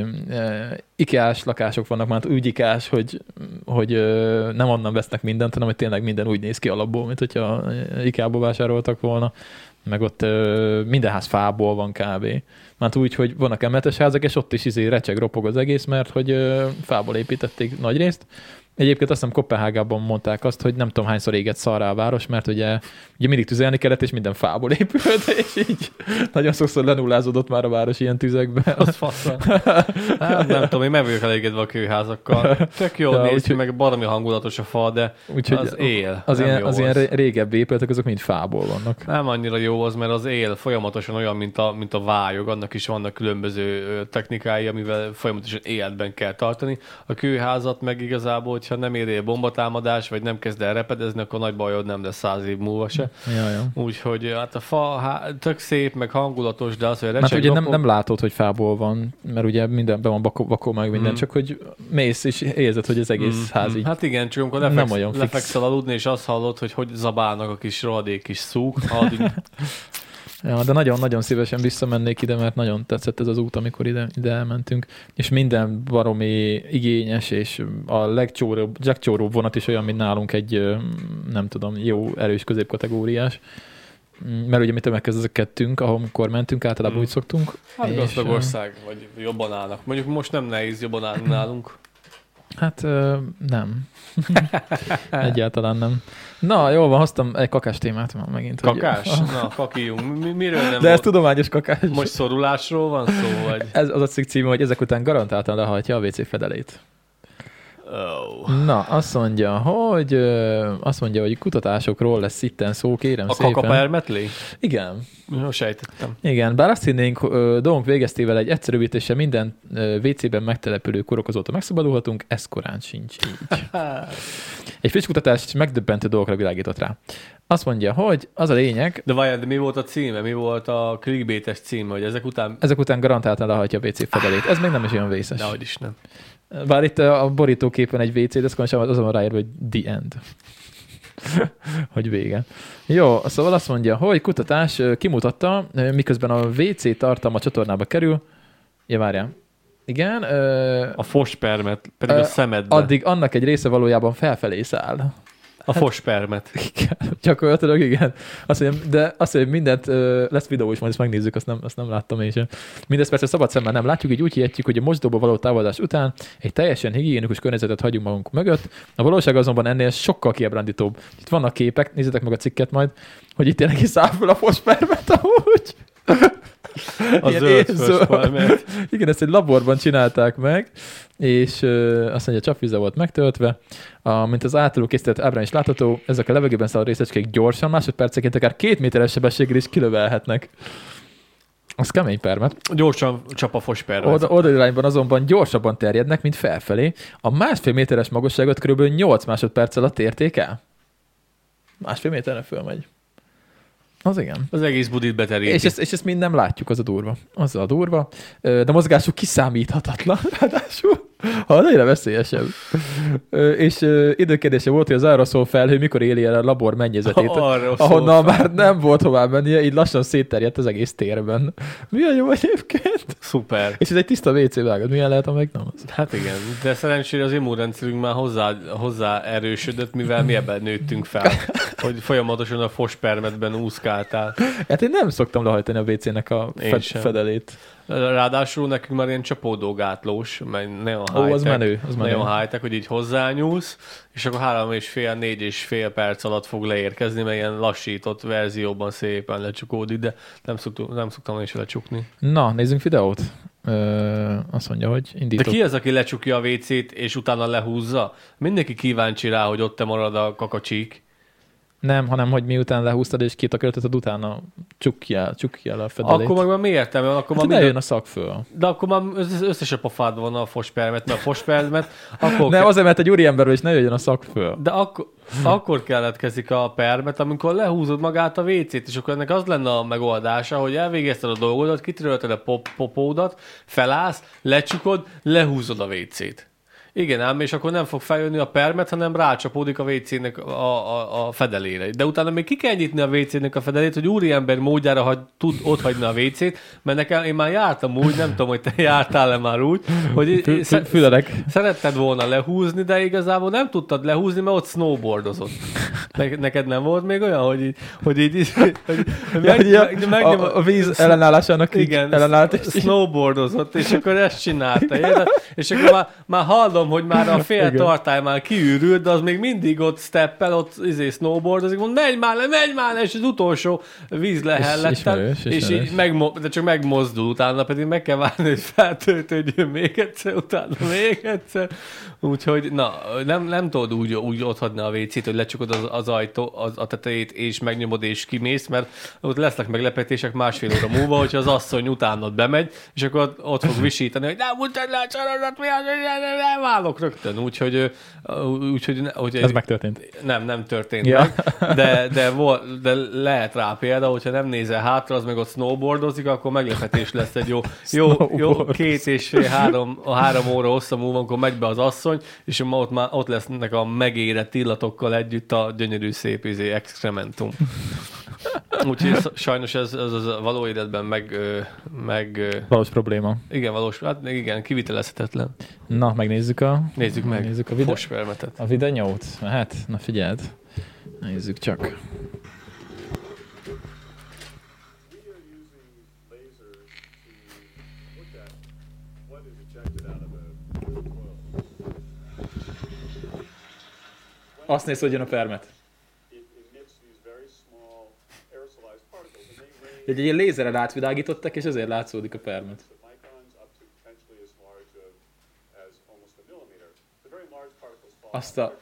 IKEA-s lakások vannak, már úgy IKEA-s, hogy nem onnan vesznek mindent, hanem hogy tényleg minden úgy néz ki alapból, mint hogyha IKEA-ból vásároltak volna. Meg ott minden ház fából van kb. Már úgy, hogy vannak emeletes házak, és ott is recseg, ropog az egész, mert hogy fából építették nagy részt. Egyébként azt hiszem Koppenhágában mondták azt, hogy nem tudom hányszor égett szarrá a város, mert ugye mindig tüzelni kellett, és minden fából épült, és így nagyon sokszor lenullázódott már a város ilyen tüzekben. Az faszra. Hát nem tudom, én meg vagyok elégedve a kőházakkal. Tök jól néz ki, meg baromi hangulatos a fa, de az él. Az ilyen régebbi épületek, azok mind fából vannak. Nem annyira jó az, mert az él folyamatosan olyan, mint a vályog, annak is vannak különböző technikái, amivel folyamatosan életben kell tartani. A kőházat meg igazából, hogyha nem éri bombatámadás, vagy nem kezd el repedezni, akkor nagy bajod nem lesz 100 év múlva se. Ja. Úgyhogy hát a fa tök szép, meg hangulatos, de az, hogy recseg... Mert ugye nem látod, hogy fából van, mert ugye mindenben van vakó meg minden, csak hogy mész és érzed, hogy az egész ház így... Hát igen, csak amikor lefekszel aludni, és azt hallod, hogy zabálnak a kis rohadék kis szúk. Ja, de nagyon-nagyon szívesen visszamennék ide, mert nagyon tetszett ez az út, amikor ide elmentünk. És minden baromi igényes, és a legcsóróbb vonat is olyan, mint nálunk egy, nem tudom, jó, erős középkategóriás. Mert ugye mi tömegkezdőzökedtünk, ahol mentünk, általában úgy szoktunk. Hát gazdag ország, vagy jobban állnak. Mondjuk most nem nehéz jobban állni nálunk. Hát nem. Egyáltalán nem. Na, jól van, hoztam egy kakás témát már megint. Kakás? Na, kakijunk. Miről nem De volt? ez tudományos kakás. Most szorulásról van szó, vagy? Ez az a cikk címe, hogy ezek után garantáltan lehajtja a WC fedelét. Oh. Na, azt mondja, hogy kutatásokról lesz itten szó, kérem szépen. A kakapermetli? Igen. Jó, sejtettem. Igen, bár azt hinnénk, dolgunk végeztével egy egyszerűbítéssel minden WC-ben megtelepülő korokozótól megszabadulhatunk, ez korán sincs így. Egy friss kutatás megdöbbentő dolgokra világított rá. Azt mondja, hogy az a lényeg... De mi volt a címe? Mi volt a clickbaites címe, hogy ezek után garantáltan lehajtja a WC fedelét. Ez még nem is olyan vészes. Dehogy is nem. Bár itt a borítóképen egy WC, de azon van ráírva, hogy the end. Hogy vége. Jó, szóval azt mondja, hogy kutatás kimutatta, miközben a WC tartalma csatornába kerül. Ja, várjál. Igen. A fospermet, pedig a szemedbe. Addig annak egy része valójában felfelé száll. A fospermet. Igen, gyakorlatilag igen. Azt mondja, mindent, lesz videó is, majd ezt megnézzük, azt nem láttam én sem. Mindezt persze szabad szemmel nem látjuk, így úgy hihetjük, hogy a mosdóba való távolodás után egy teljesen higiénikus környezetet hagyunk magunk mögött. A valóság azonban ennél sokkal kiábrándítóbb. Itt vannak képek, nézzétek meg a cikket majd, hogy itt tényleg száll fel a fospermet amúgy. A zöld fospermet. Igen, ezt egy laborban csinálták meg, és azt mondja, csapvízzel volt megtöltve. Mint az általuk készített ábrán is látható, ezek a levegőben szálló részecskék gyorsan, másodperceként akár 2 méteres sebességgel is kilövelhetnek. Az kemény permet. Gyorsan csap a fospermet. Oldalirányban azonban gyorsabban terjednek, mint felfelé. A 1,5 méteres magasságot kb. 8 másodperc alatt érték el. 1,5 méterre fölmegy. Az igen. Az egész budit beteríti. És ezt mind nem látjuk, az a durva. De mozgásuk kiszámíthatatlan, ráadásul. Egyre veszélyesebb. És időkérdése volt, hogy az aeroszol felhő mikor éli el a labor mennyezetét, ahonnan már nem volt hová mennie, így lassan szétterjedt az egész térben. Milyen jó egyébként. Szuper. És ez egy tiszta WC vágod. Milyen lehet, amelyik nem az? Hát igen, de szerencsére az immunrendszerünk már hozzá erősödött, mivel mi ebben nőttünk fel, hogy folyamatosan a fospermetben úszkáltál. Hát én nem szoktam lehajtani a WC-nek a fedelét. Ráadásul nekünk már ilyen csapódógátlós, mert az menő. Nagyon high-tech, hogy így hozzányúlsz, és akkor 3,5-4,5 perc alatt fog leérkezni, mert ilyen lassított verzióban szépen lecsukódik, de nem szoktam is lecsukni. Na, nézzünk videót. Azt mondja, hogy indítok. De ki az, aki lecsukja a WC-t, és utána lehúzza? Mindenki kíváncsi rá, hogy ott marad a kakacsík. Nem, hanem hogy miután lehúztad és kitakarítottad, utána csukjál a fedelét. Akkor meg már mi értelme van? Akkor hát már jön a szak föl. De akkor már összes a pofád van a fospermet, mert a fospermet... Akkor nem, azért, mert egy úriemberről is ne jöjjön a szak föl. De akkor keletkezik a permet, amikor lehúzod magát a WC-t, és akkor ennek az lenne a megoldása, hogy elvégezted a dolgodat, kitörölted a popódat, felállsz, lecsukod, lehúzod a WC-t. Igen ám, és akkor nem fog feljönni a permet, hanem rácsapódik a WC-nek a fedelére. De utána még ki kell nyitni a WC-nek a fedelét, hogy úriember módjára tud otthagyni a WC-t, mert nekem én már jártam úgy, nem tudom, hogy te jártál-e már úgy, hogy szeretted volna lehúzni, de igazából nem tudtad lehúzni, mert ott snowboardozott. Neked nem volt még olyan, hogy a víz ellenállásának ellenállt. Snowboardozott, és akkor ezt csinálta. És akkor már hallom, hogy már a fél tartály már kiürült, de az még mindig ott steppel, ott snowboardozik, mond, menj már le, és az utolsó víz lehellettem, és így de csak megmozdul, utána pedig meg kell várni, hogy feltöltődjön még egyszer, utána még egyszer. Úgyhogy, nem tudod úgy otthagyni a WC-t, hogy lecsukod az ajtó, a tetejét, és megnyomod, és kimész, mert ott lesznek meglepetések 1,5 óra múlva, hogyha az asszony utánod bemegy, és akkor ott fog visítani, hogy nem mutatd le a csarodat, mi az, nem válok rögtön. Úgyhogy ez megtörtént. Nem történt meg, de lehet rá példa, hogyha nem nézel hátra, az meg ott snowboardozik, akkor meglepetés lesz egy jó 2,5-3 óra hosszú múlva, amikor megy be az asszony, és ott lesznek a megérett illatokkal együtt a gyönyörű szép excrementum. Úgyhogy sajnos ez a való életben valós probléma. Igen, kivitelezhetetlen. Na, megnézzük Nézzük meg a fospermetet. A videót. Hát, na figyeld. Nézzük csak. Azt néz, hogy jön a permet. Egy ilyen lézerrel átvilágítottak, és ezért látszódik a permet. Azt a...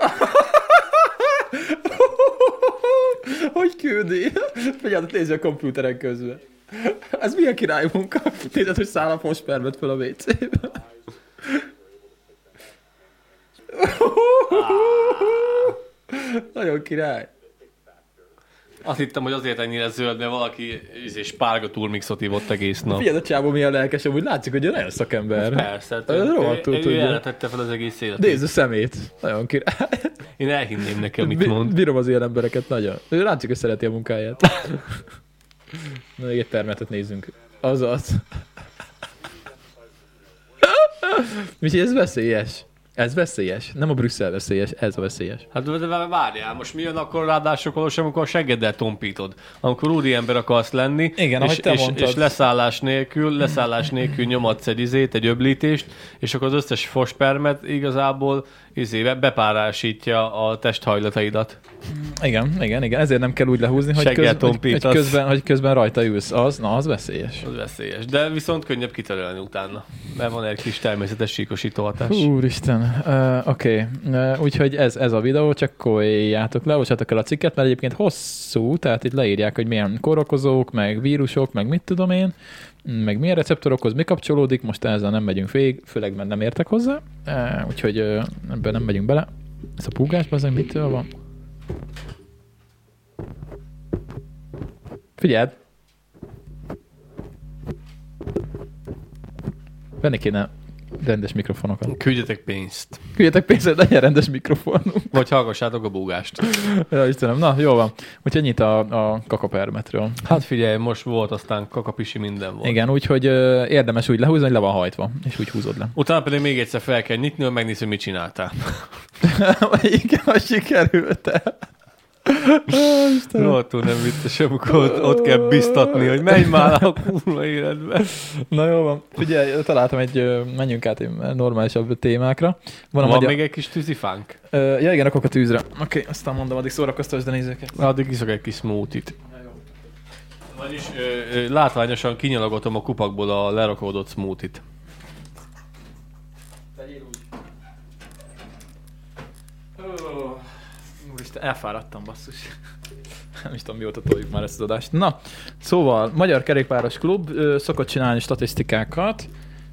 Hogy küldi? Figyelj, nézd a komputeren közben. Ez milyen király munka? Nézd, hogy száll a fospermet fel a WC-be. Nagyon király. Azt hittem, hogy azért ennyire zöld, mert valaki spárga turmixot ívott egész nap. Figyelj, a csávó milyen lelkes, amúgy látszik, hogy nagyon szakember. Persze, ő eltette fel az egész életet. Nézd a szemét. Nagyon király. Én elhinném neki, amit mond. Bírom az ilyen embereket nagyon. Ő látszik, hogy szereti a munkáját. Na, még egy permetet nézzünk. Azaz. Úgyhogy ez veszélyes. Ez veszélyes. Nem a Brüsszel veszélyes, ez a veszélyés. Hát de várjál, most mi jön akkor ráadásul, amikor a seggeddel tompítod? Amikor úriember akarsz lenni, igen, és leszállás nélkül nyomadsz egy öblítést, és akkor az összes fospermet igazából bepárásítja a testhajlataidat. Igen. Ezért nem kell úgy lehúzni, hogy közben rajta ülsz. Az veszélyes. Az veszélyes, de viszont könnyebb kitörölni utána, mert van egy kis természetes síkosító hatás. Úristen, oké. Úgyhogy ez a videó, csak koljátok le, olvassátok el a cikket, mert egyébként hosszú, tehát itt leírják, hogy milyen kórokozók, meg vírusok, meg mit tudom én, meg milyen receptorokhoz mi kapcsolódik, most ezzel nem megyünk végig, főleg mert nem értek hozzá, úgyhogy ebben nem megyünk bele. Ez a púgás, az mitől van? Figyeld! Venni kéne rendes mikrofonokat. Küldjetek pénzt. Hogy legyen rendes mikrofonunk. Vagy hallgassátok a búgást. Ja, Istenem, na, jó van. Úgyhogy ennyit a kakapermetről. Hát figyelj, most volt, aztán kakapisi minden volt. Igen, úgyhogy érdemes úgy lehúzni, hogy le van hajtva, és úgy húzod le. Utána pedig még egyszer fel kell nyitni, hogy megnézni, hogy mit csináltál. Igen, hogy sikerült-e. Rohadtul nem vicces, amikor ott kell biztatni, hogy menj már a kurva életbe. Na jó van. Figyelj, találtam menjünk át normálisabb témákra. Van még egy kis tűzifánk? Ja igen, akkor a tűzre. Oké, aztán mondom, addig szórakoztasd a nézőket. Addig iszok egy kis smoothie-t. Vagyis látványosan kinyalogatom a kupakból a lerakódott smoothie-t. Úristen, elfáradtam, basszus. Nem is tudom, mióta toljuk már ezt az adást. Na, szóval, Magyar Kerékpáros Klub szokott csinálni statisztikákat.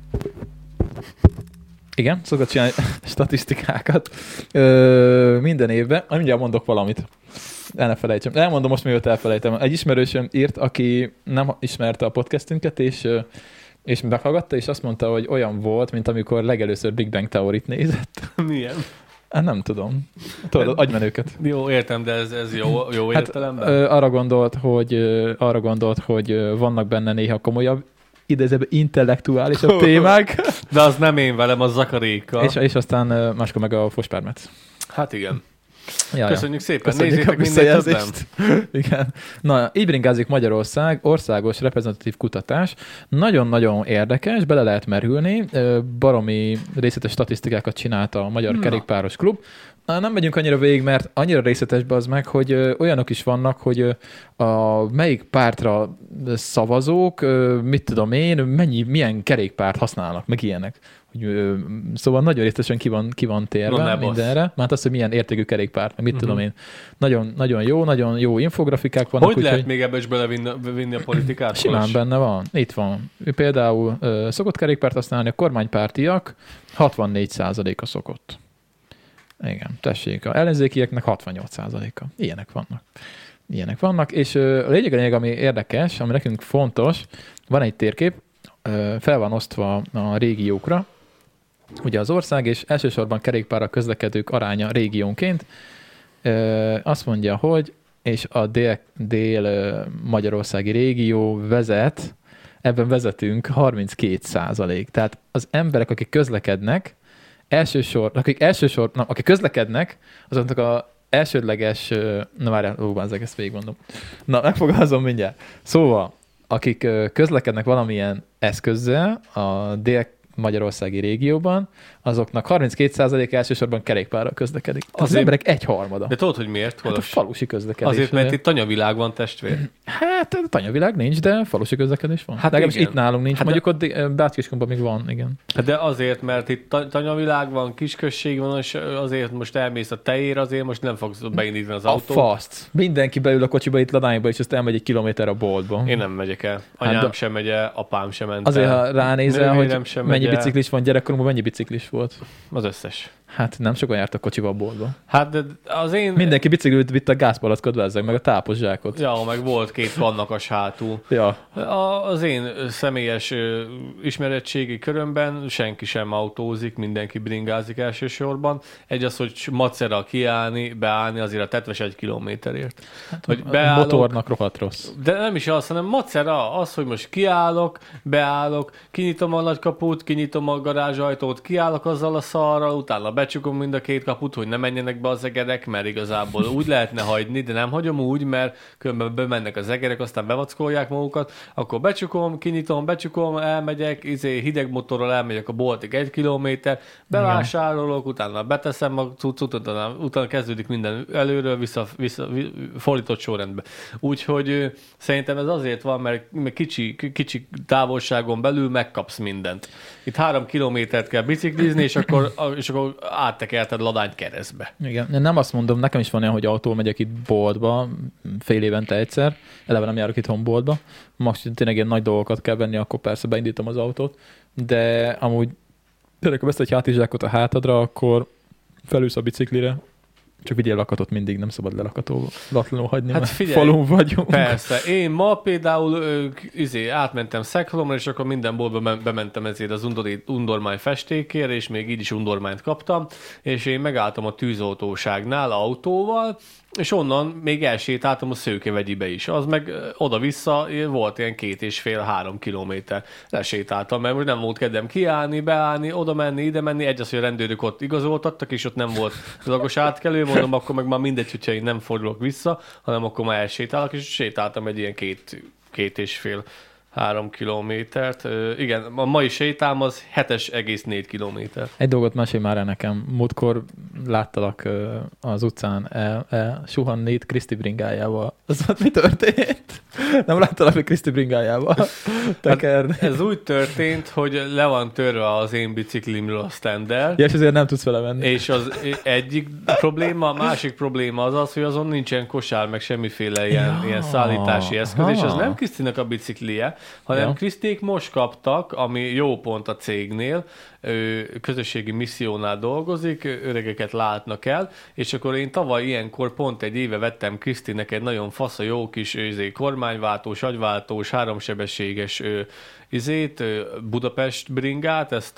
Igen, szokott csinálni statisztikákat minden évben. Mindjárt mondok valamit. El ne felejtsem. Elmondom most, mióta elfelejtem. Egy ismerősöm írt, aki nem ismerte a podcastünket, és meghallgatta, és azt mondta, hogy olyan volt, mint amikor legelőször Big Bang Theory-t nézett. Milyen? Nem tudom. Tudod, agymenőket. Jó, értem, de ez jó értelemben? Arra gondolt, hogy vannak benne néha komolyabb, idézőben intellektuálisabb témák. De az nem én velem, az Zakaréka. És aztán máskor meg a fospermet. Hát igen. Ja, köszönjük szépen, nézzétek minél többen. Igen. Na, így bringázik Magyarország, országos reprezentatív kutatás. Nagyon-nagyon érdekes, bele lehet merülni. Baromi részletes statisztikákat csinálta a Magyar Kerékpáros Klub. Nem megyünk annyira végig, mert annyira részletesbe az meg, hogy olyanok is vannak, hogy melyik pártra szavazók, mit tudom én, milyen kerékpárt használnak, meg ilyenek. Szóval nagyon részletesen ki van térve mindenre. Már az, hogy milyen értékű kerékpárt, meg mit tudom én. Nagyon jó infografikák vannak. Hogy lehet még ebbe is belevinni a politikát? Simán benne van. Itt van. Például szokott kerékpárt használni, a kormánypártiak 64%-a szokott. Igen, tessék. A ellenzékieknek 68%-a. Ilyenek vannak. És a lényeg, ami érdekes, ami nekünk fontos, van egy térkép, fel van osztva a régiókra, ugye az ország, és elsősorban kerékpárral közlekedők aránya régiónként. Azt mondja, hogy és a dél-magyarországi régió vezet, ebben vezetünk 32%. Tehát az emberek, akik közlekednek, akik közlekednek, azoknak a elsődleges, ezt végigmondom. Megfogalmazom mindjárt. Szóval, akik közlekednek valamilyen eszközzel a magyarországi régióban, azoknak 32% elsősorban kerékpárral közlekedik. Az emberek egyharmada. De tudod, hogy miért? Hát a falusi közlekedés. Azért, mert itt tanyavilág van, testvér. Hát tanyavilág nincs, de falusi közlekedés van. Hát legalábbis itt nálunk nincs. Hát mondjuk ott Bácskiskunban még van, igen. Hát de azért, mert itt tanyavilág van, kisközség van, és azért most elmész a tejér, azért most nem fogsz beindítani az autót. A faszt. Mindenki beül a kocsiba itt Ladányba, és azt elmegy 1 kilométer a boltba. Én nem megyek el. Anyám sem megy el, apám sem ment azért, ha ránézel, hogy mennyi biciklis van gyerekkorunkban, mennyi biciklis volt? Az összes. Hát nem sokan jártak kocsival a boltba. Hát de az én... Mindenki biciklit vitt a gázpalackot vezzek, meg a tápos zsákot. Ja, meg volt 2 kannakas hátul. Ja. Az én személyes ismeretségi körömben senki sem autózik, mindenki bringázik elsősorban. Egy az, hogy macera beállni azért a tetves 1 kilométerért. Hát, hogy beállok, a motornak rohadt rossz. De nem is az, hanem macera az, hogy most kiállok, beállok, kinyitom a nagy kaput, kinyitom a garázsajtót, kiállok azzal a szarral, utána becsukom mind a 2 kaput, hogy ne menjenek be az egerek, mert igazából úgy lehetne hagyni, de nem hagyom úgy, mert különben bemennek az egerek, aztán bevackolják magukat, akkor becsukom, kinyitom, becsukom, elmegyek, hideg motorral elmegyek a boltig 1 kilométer, bevásárolok, utána beteszem a cuccot, utána kezdődik minden előről, vissza fordított sorrendbe. Úgyhogy szerintem ez azért van, mert kicsi távolságon belül megkapsz mindent. Itt 3 kilométert kell biciklizni, és akkor áttekerted Ladányt keresztbe. Igen, nem azt mondom, nekem is van olyan, hogy autól megyek itt boltba, fél évente egyszer, eleve nem járok itthon boltba, most tényleg ilyen nagy dolgokat kell venni, akkor persze beindítom az autót, de amúgy tényleg, ha veszed egy hátizsákot a hátadra, akkor felülsz a biciklire, csak vigyél lakatot mindig, nem szabad lelakatlanul hagyni, hát mert figyelj, falun vagyunk. Persze, én ma például átmentem Szekhalomra, és akkor minden boltba bementem ezért az undormány festékért, és még így is undormányt kaptam, és én megálltam a tűzoltóságnál autóval, és onnan még elsétáltam a Szőkevegyibe is. Az meg oda-vissza volt ilyen 2,5-3 kilométer. Lesétáltam, mert nem volt kedvem kiállni, beállni, oda menni, ide menni. Egy az, hogy a rendőrök ott igazoltattak, és ott nem volt lagos átkelő. Mondom, akkor meg már mindegy, hogyha én nem fordulok vissza, hanem akkor már elsétálok, és sétáltam egy ilyen 2,5-3 kilométert. Igen, a mai sétám az 7,4 kilométer. Egy dolgot mesélj már el nekem. Múltkor láttalak az utcán suhanni itt Kriszti bringájával. Az mi történt? Nem láttalak még Kriszti bringájával tekerni. Hát ez úgy történt, hogy le van törve az én biciklimről a stander. Ja, és ezért nem tudsz vele menni. És az egyik probléma, a másik probléma az, hogy azon nincsen kosár, meg semmiféle ilyen szállítási eszköz, és ez nem Krisztinek a biciklije, hanem Kriszték most kaptak, ami jó pont a cégnél, közösségi missziónál dolgozik, öregeket látnak el, és akkor én tavaly ilyenkor pont egy éve vettem Krisztinek egy nagyon fasza jó kis kormányváltós, agyváltós, 3-sebességes Budapest bringát,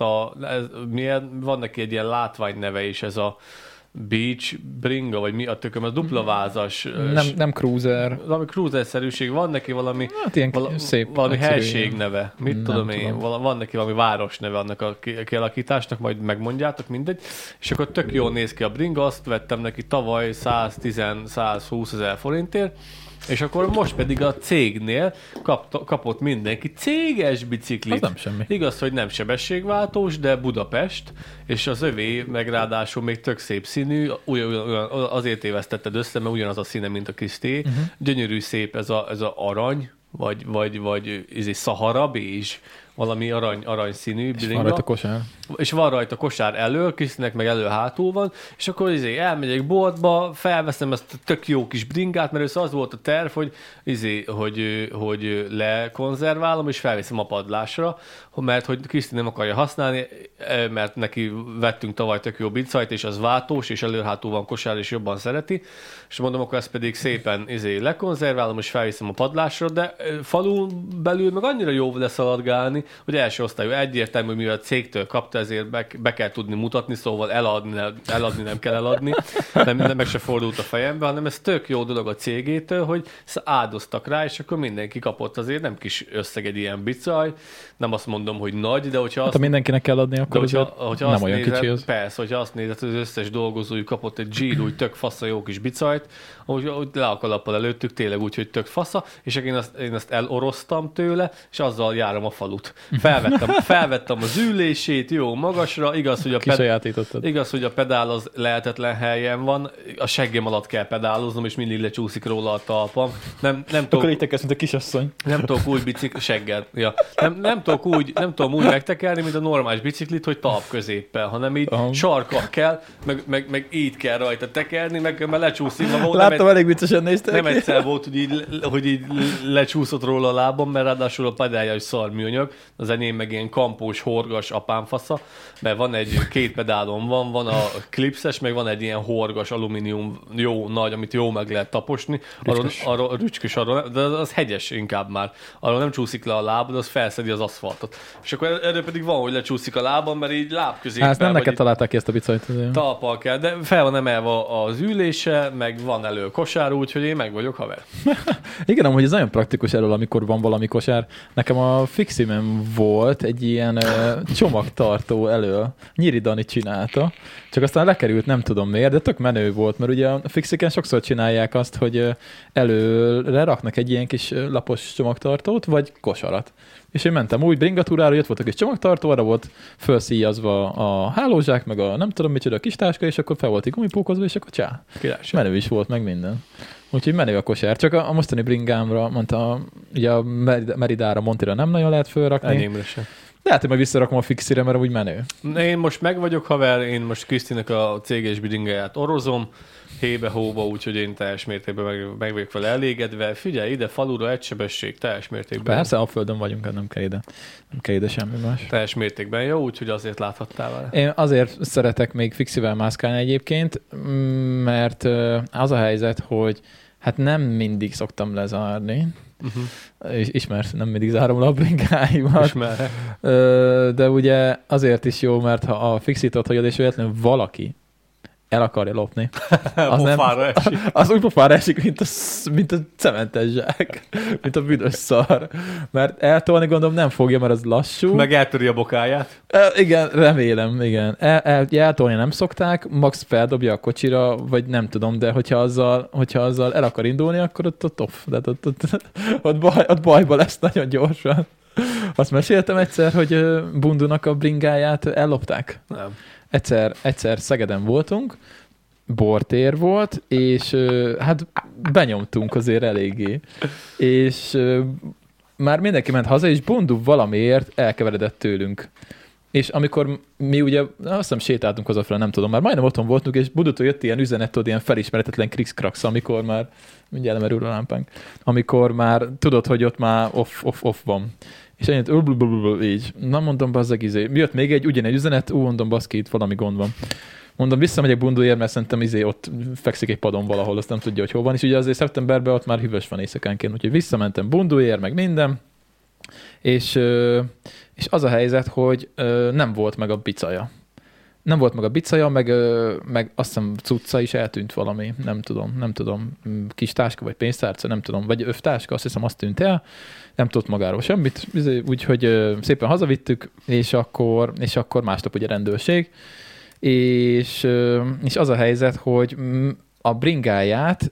van neki egy ilyen látványneve is, ez a Beach bringa, vagy mi a tököm, az dupla vázas. Nem cruiser. Valami cruiser-szerűség, van neki valami, szép, valami helység neve. Mit tudom én, van neki valami város neve annak a kialakításnak, majd megmondjátok, mindegy. És akkor tök jól néz ki a bringa, azt vettem neki tavaly 110-120 ezer forintért, és akkor most pedig a cégnél kapott mindenki céges biciklit. Az nem semmi. Igaz, hogy nem sebességváltós, de Budapest, és az övé meg ráadásul még tök szép színű, azért évesztetted össze, mert ugyanaz a színe, mint a Kriszté. Gyönyörű szép ez a arany, vagy ez szahara bézs, valami arany színű bringa. És van rajta kosár. És van rajta kosár elől, Krisztinek meg elő hátul van, és akkor elmegyek boltba, felveszem ezt a tök jó kis bringát, mert össze az volt a terv, hogy lekonzerválom, és felviszem a padlásra, mert hogy Kriszti nem akarja használni, mert neki vettünk tavaly tök jó bicajt, és az váltós, és elő-hátul van kosár, és jobban szereti, és mondom, akkor ezt pedig szépen lekonzerválom, és felviszem a padlásra, de falun belül meg annyira jó leszaladgálni, hogy első osztályú egyértelmű, hogy mivel a cégtől kapta, ezért be kell tudni mutatni, szóval eladni nem kell eladni, nem meg se fordult a fejembe, hanem ez tök jó dolog a cégétől, hogy áldoztak rá, és akkor mindenki kapott azért, nem kis összeg egy ilyen bicaj, nem azt mondom, hogy nagy, de hogyha ha mindenkinek kell adni, akkor hogyha nem olyan kicsi az. Persze, hogyha azt nézed, hogy az összes dolgozójuk kapott egy zsírúj, tök fasza jó kis bicajt, ahogy le a kalappal előttük, tényleg úgy, hogy tök fasza, és én azt eloroztam tőle, és azzal járom a falut. Felvettem az ülését, jó magasra, igaz, hogy a pedál az lehetetlen helyen van, a seggem alatt kell pedáloznom, és mindig lecsúszik róla a talpam. Nem Akkor így tekersz, mint a kisasszony. Nem tudok úgy seggel. Ja. Nem tudom úgy megtekerni, mint a normális biciklit, hogy talp középpel, hanem így sarkkal kell, meg így kell rajta tekerni, meg lecsúszik. Láttam, elég viccesen néztek. Nem egyszer volt, hogy így lecsúszott róla a lábam, mert ráadásul a pedálja is szarműanyag, az enyém meg ilyen kampós, horgas apámfasza, mert van két pedálon van a klipszes, meg van egy ilyen horgas alumínium jó nagy, amit jó meg lehet taposni. Rücskös, de az hegyes inkább már. Arról nem csúszik le a lábad, az felszedi az aszfaltot. És akkor erről pedig van, hogy lecsúszik a lábam, mert így láb középen. Hát nem neked találták ki ezt a bicajt. Talpal kell, de fel van emelve az ülése, meg van elő kosár, úgyhogy én meg vagyok haver. Igen, amúgy ez nagyon praktikus elől, amikor van valami kosár. Nekem a Fiximen volt egy ilyen csomagtartó elől. Nyíri Dani csinálta. Csak aztán lekerült, nem tudom miért, de tök menő volt, mert ugye a Fixiken sokszor csinálják azt, hogy előre raknak egy ilyen kis lapos csomagtartót, vagy kosarat. És én mentem úgy bringatúrára, jött volt a kis csomagtartó, arra volt felszíjazva a hálózsák, meg a nem tudom micsoda a kis táska, és akkor fel volt egy gumipókozva, és akkor csá. Menő is volt, meg minden. Úgyhogy menő a kosár. Csak a mostani bringámra, mondta, ugye a Meridára, Montira nem nagyon lehet fölrakni. Enyémre sem. De hát én majd visszarakom a Fixire, mert úgy menő. Én most meg vagyok haver, én most Krisztinek a céges bringáját orozom, hébe-hóba, úgyhogy én teljes mértékben meg vagyok vele elégedve. Figyelj, ide falura egysebesség, teljes mértékben. Persze, a földön vagyunk, nem kell ide semmi más. Teljes mértékben jó, úgyhogy azért láthattál vele. Én azért szeretek még Fixivel mászkálni egyébként, mert az a helyzet, hogy hát nem mindig szoktam lezárni. És ismersz, nem mindig zárom le a bringáimat. Ismerek. De ugye azért is jó, mert ha a Fixit hagyod, és véletlenül valaki el akarja lopni. Az úgy pofára esik, mint a cementes zsák, mint a büdös szar. Mert eltolni gondolom nem fogja, mert az lassú. Meg eltöri a bokáját. Igen, remélem, igen. Eltolni nem szokták, max feldobja a kocsira, vagy nem tudom, de hogyha azzal el akar indulni, akkor ott off. De ott bajba lesz nagyon gyorsan. Azt meséltem egyszer, hogy Bundunak a bringáját ellopták. Nem. Egyszer Szegeden voltunk, bortér volt, és hát benyomtunk azért eléggé. És már mindenki ment haza, és Bundu valamiért elkeveredett tőlünk. És amikor mi ugye, azt hiszem sétáltunk hazafele, nem tudom, már majdnem otthon voltunk, és Bundutól jött ilyen üzenet, ilyen felismeretetlen krikszkraksz, amikor már, mindjárt lemerül a lámpánk, amikor már tudod, hogy ott már off van. És ennyit, így. Na mondom, bazzeg jött még egy ugyanegy üzenet, mondom, baszki, itt valami gond van. Mondom, visszamegyek Bunduért, mert szerintem ott fekszik egy padon valahol, azt nem tudja, hogy hol van. És ugye azért szeptemberben ott már hűvös van éjszakánként, úgyhogy visszamentem Bunduért, meg minden. És az a helyzet, hogy nem volt meg a bicaja. Nem volt meg a bicaja, meg azt hiszem cucca is eltűnt valami, nem tudom, kis táska vagy pénztárca, nem tudom, vagy övtáska, azt hiszem azt tűnt el, nem tudott magáról semmit, úgyhogy szépen hazavittük, és akkor másnap ugye rendőrség, és az a helyzet, hogy a bringáját,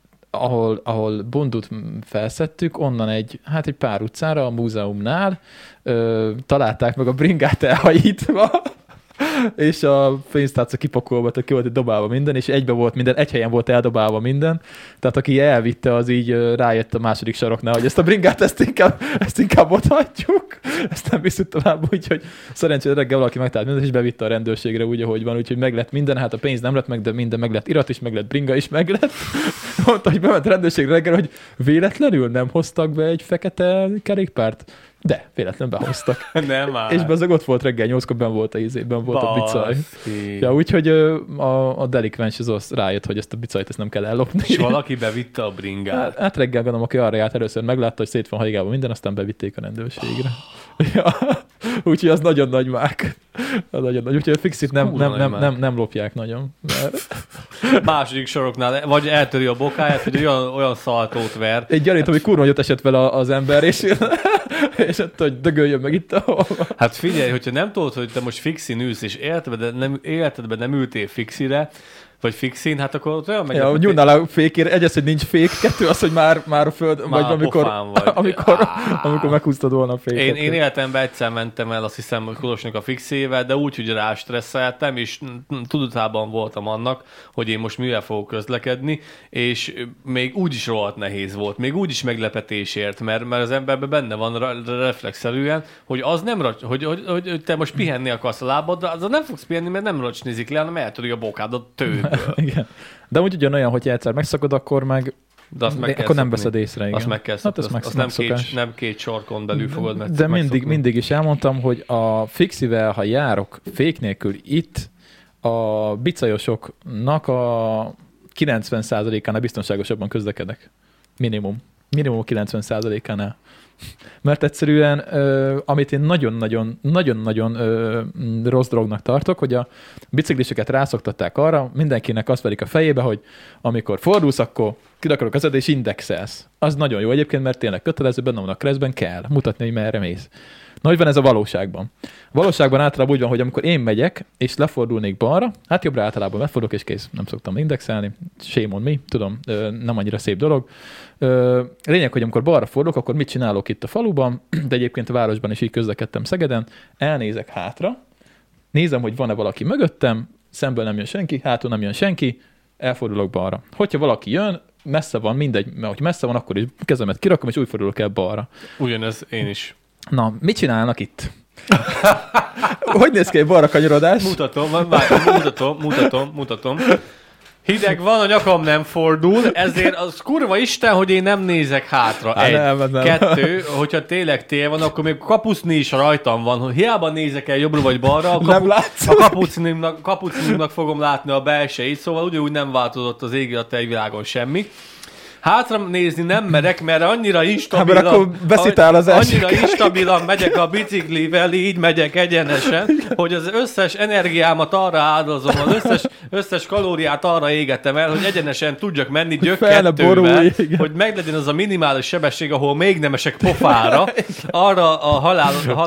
ahol Bundut felszedtük, onnan egy pár utcára, a múzeumnál találták meg a bringát elhajítva, és a pénztárca kipakolva, tehát ki volt dobálva minden, és egybe volt minden, egy helyen volt eldobálva minden, tehát aki elvitte, az így rájött a második saroknál, hogy ezt a bringát, ezt inkább ott hagyjuk, ezt nem viszont tovább, úgyhogy szerencsére reggel valaki megtalált mindent, és bevitte a rendőrségre úgy, ahogy van, úgyhogy meg lett minden, hát a pénz nem lett meg, de minden meg lett, irat is meg lett, bringa is meg lett. Mondta, hogy bement a rendőrségre reggel, hogy véletlenül nem hoztak be egy fekete kerékpárt. De, véletlenül behoztak. Nem már. És bezzeg ott volt reggel 8-kor, benn volt a ízében, volt a bicaj. Ja, úgyhogy a delikvens az rájött, hogy ezt a bicajt ezt nem kell ellopni. És valaki bevitte a bringát. Hát reggel gondolom, aki arra járt, először meglátta, hogy szét van hajigában minden, aztán bevitték a rendőrségre. Ja, úgyhogy az nagyon nagy mák. Nagyon nagy. Úgyhogy a Fixit nem lopják nagyon. Második soroknál, vagy eltöri a bokáját, hogy olyan szaltót ver. Egy gyanítom, hogy kurva nagyot esett vele az ember, és ott, hogy dögöljön meg itt ahol. Hát figyelj, hogyha nem tudod, hogy te most Fixin ülsz, és életedben nem ültél Fixire, vagy fixin, hát akkor olyan megy. Ja, nyúlnál a fékére, egyrészt, hogy nincs fék, kettő az, hogy már a föld, már vagy amikor meghúztad volna a féket. Én életemben egyszer mentem el, azt hiszem, hogy Kolosnak a fixével, de úgy, hogy rástresszeltem, és tudatában voltam annak, hogy én most mivel fogok közlekedni, és még úgy is rohadt nehéz volt, még úgy is meglepetésért, mert az emberben benne van reflexzerűen, hogy az nem, hogy te most pihenni akarsz a lábadra, az nem fogsz pihenni, mert nem rocsnizik le, hanem eltöri a bokádat tőből. Igen. De úgy ugyanolyan, hogy egyszer megszakad, akkor meg akkor nem veszed észre. Igen. Azt meg kell szokni. Azt nem két sarkon belül fogod meg. De mindig is elmondtam, hogy a fixivel, ha járok fék nélkül itt, a bicajosoknak a 90%-ánál biztonságosabban közlekedek. Minimum 90%-ánál. Mert egyszerűen, amit én nagyon-nagyon rossz dolognak tartok, hogy a bicikliseket rászoktatták arra, mindenkinek azt verik a fejébe, hogy amikor fordulsz, akkor kidakarok az és indexelsz. Az nagyon jó egyébként, mert tényleg kötelező, benne van a keresztben, kell mutatni, hogy merre mész. Na, hogy van ez a valóságban? Valóságban általában úgy van, hogy amikor én megyek, és lefordulnék balra, hát jobbra általában lefordulok, és kész, nem szoktam indexelni, shame on me, tudom, nem annyira szép dolog. Lényeg, hogy amikor balra fordulok, akkor mit csinálok itt a faluban, de egyébként a városban is így közlekedtem Szegeden, elnézek hátra, nézem, hogy van-e valaki mögöttem, szemből nem jön senki, hátul nem jön senki, elfordulok balra. Hogyha valaki jön, messze van, mindegy, mert hogy messze van, akkor is kezemet kirakom, és úgy fordulok el balra. Ugyanez én is. Na, mit csinálnak itt? Hogy néz ki egy balra kanyarodás? Mutatom. Hideg van, a nyakam nem fordul, ezért az kurva Isten, hogy én nem nézek hátra. Nem. Kettő, hogyha tényleg tél van, akkor még kapucni is rajtam van, hogy hiába nézek el jobbra vagy balra, a kapucninak fogom látni a belsejét, szóval ugyanúgy nem változott az ég a tejvilágon semmi. Hátra nézni nem merek, mert annyira instabilan, annyira instabilan megyek a biciklivel, így megyek egyenesen, hogy az összes energiámat arra áldozom, az összes kalóriát arra égetem el, hogy egyenesen tudjak menni gyökkettővel, hogy meglegyen az a minimális sebesség, ahol még nem esek pofára, arra a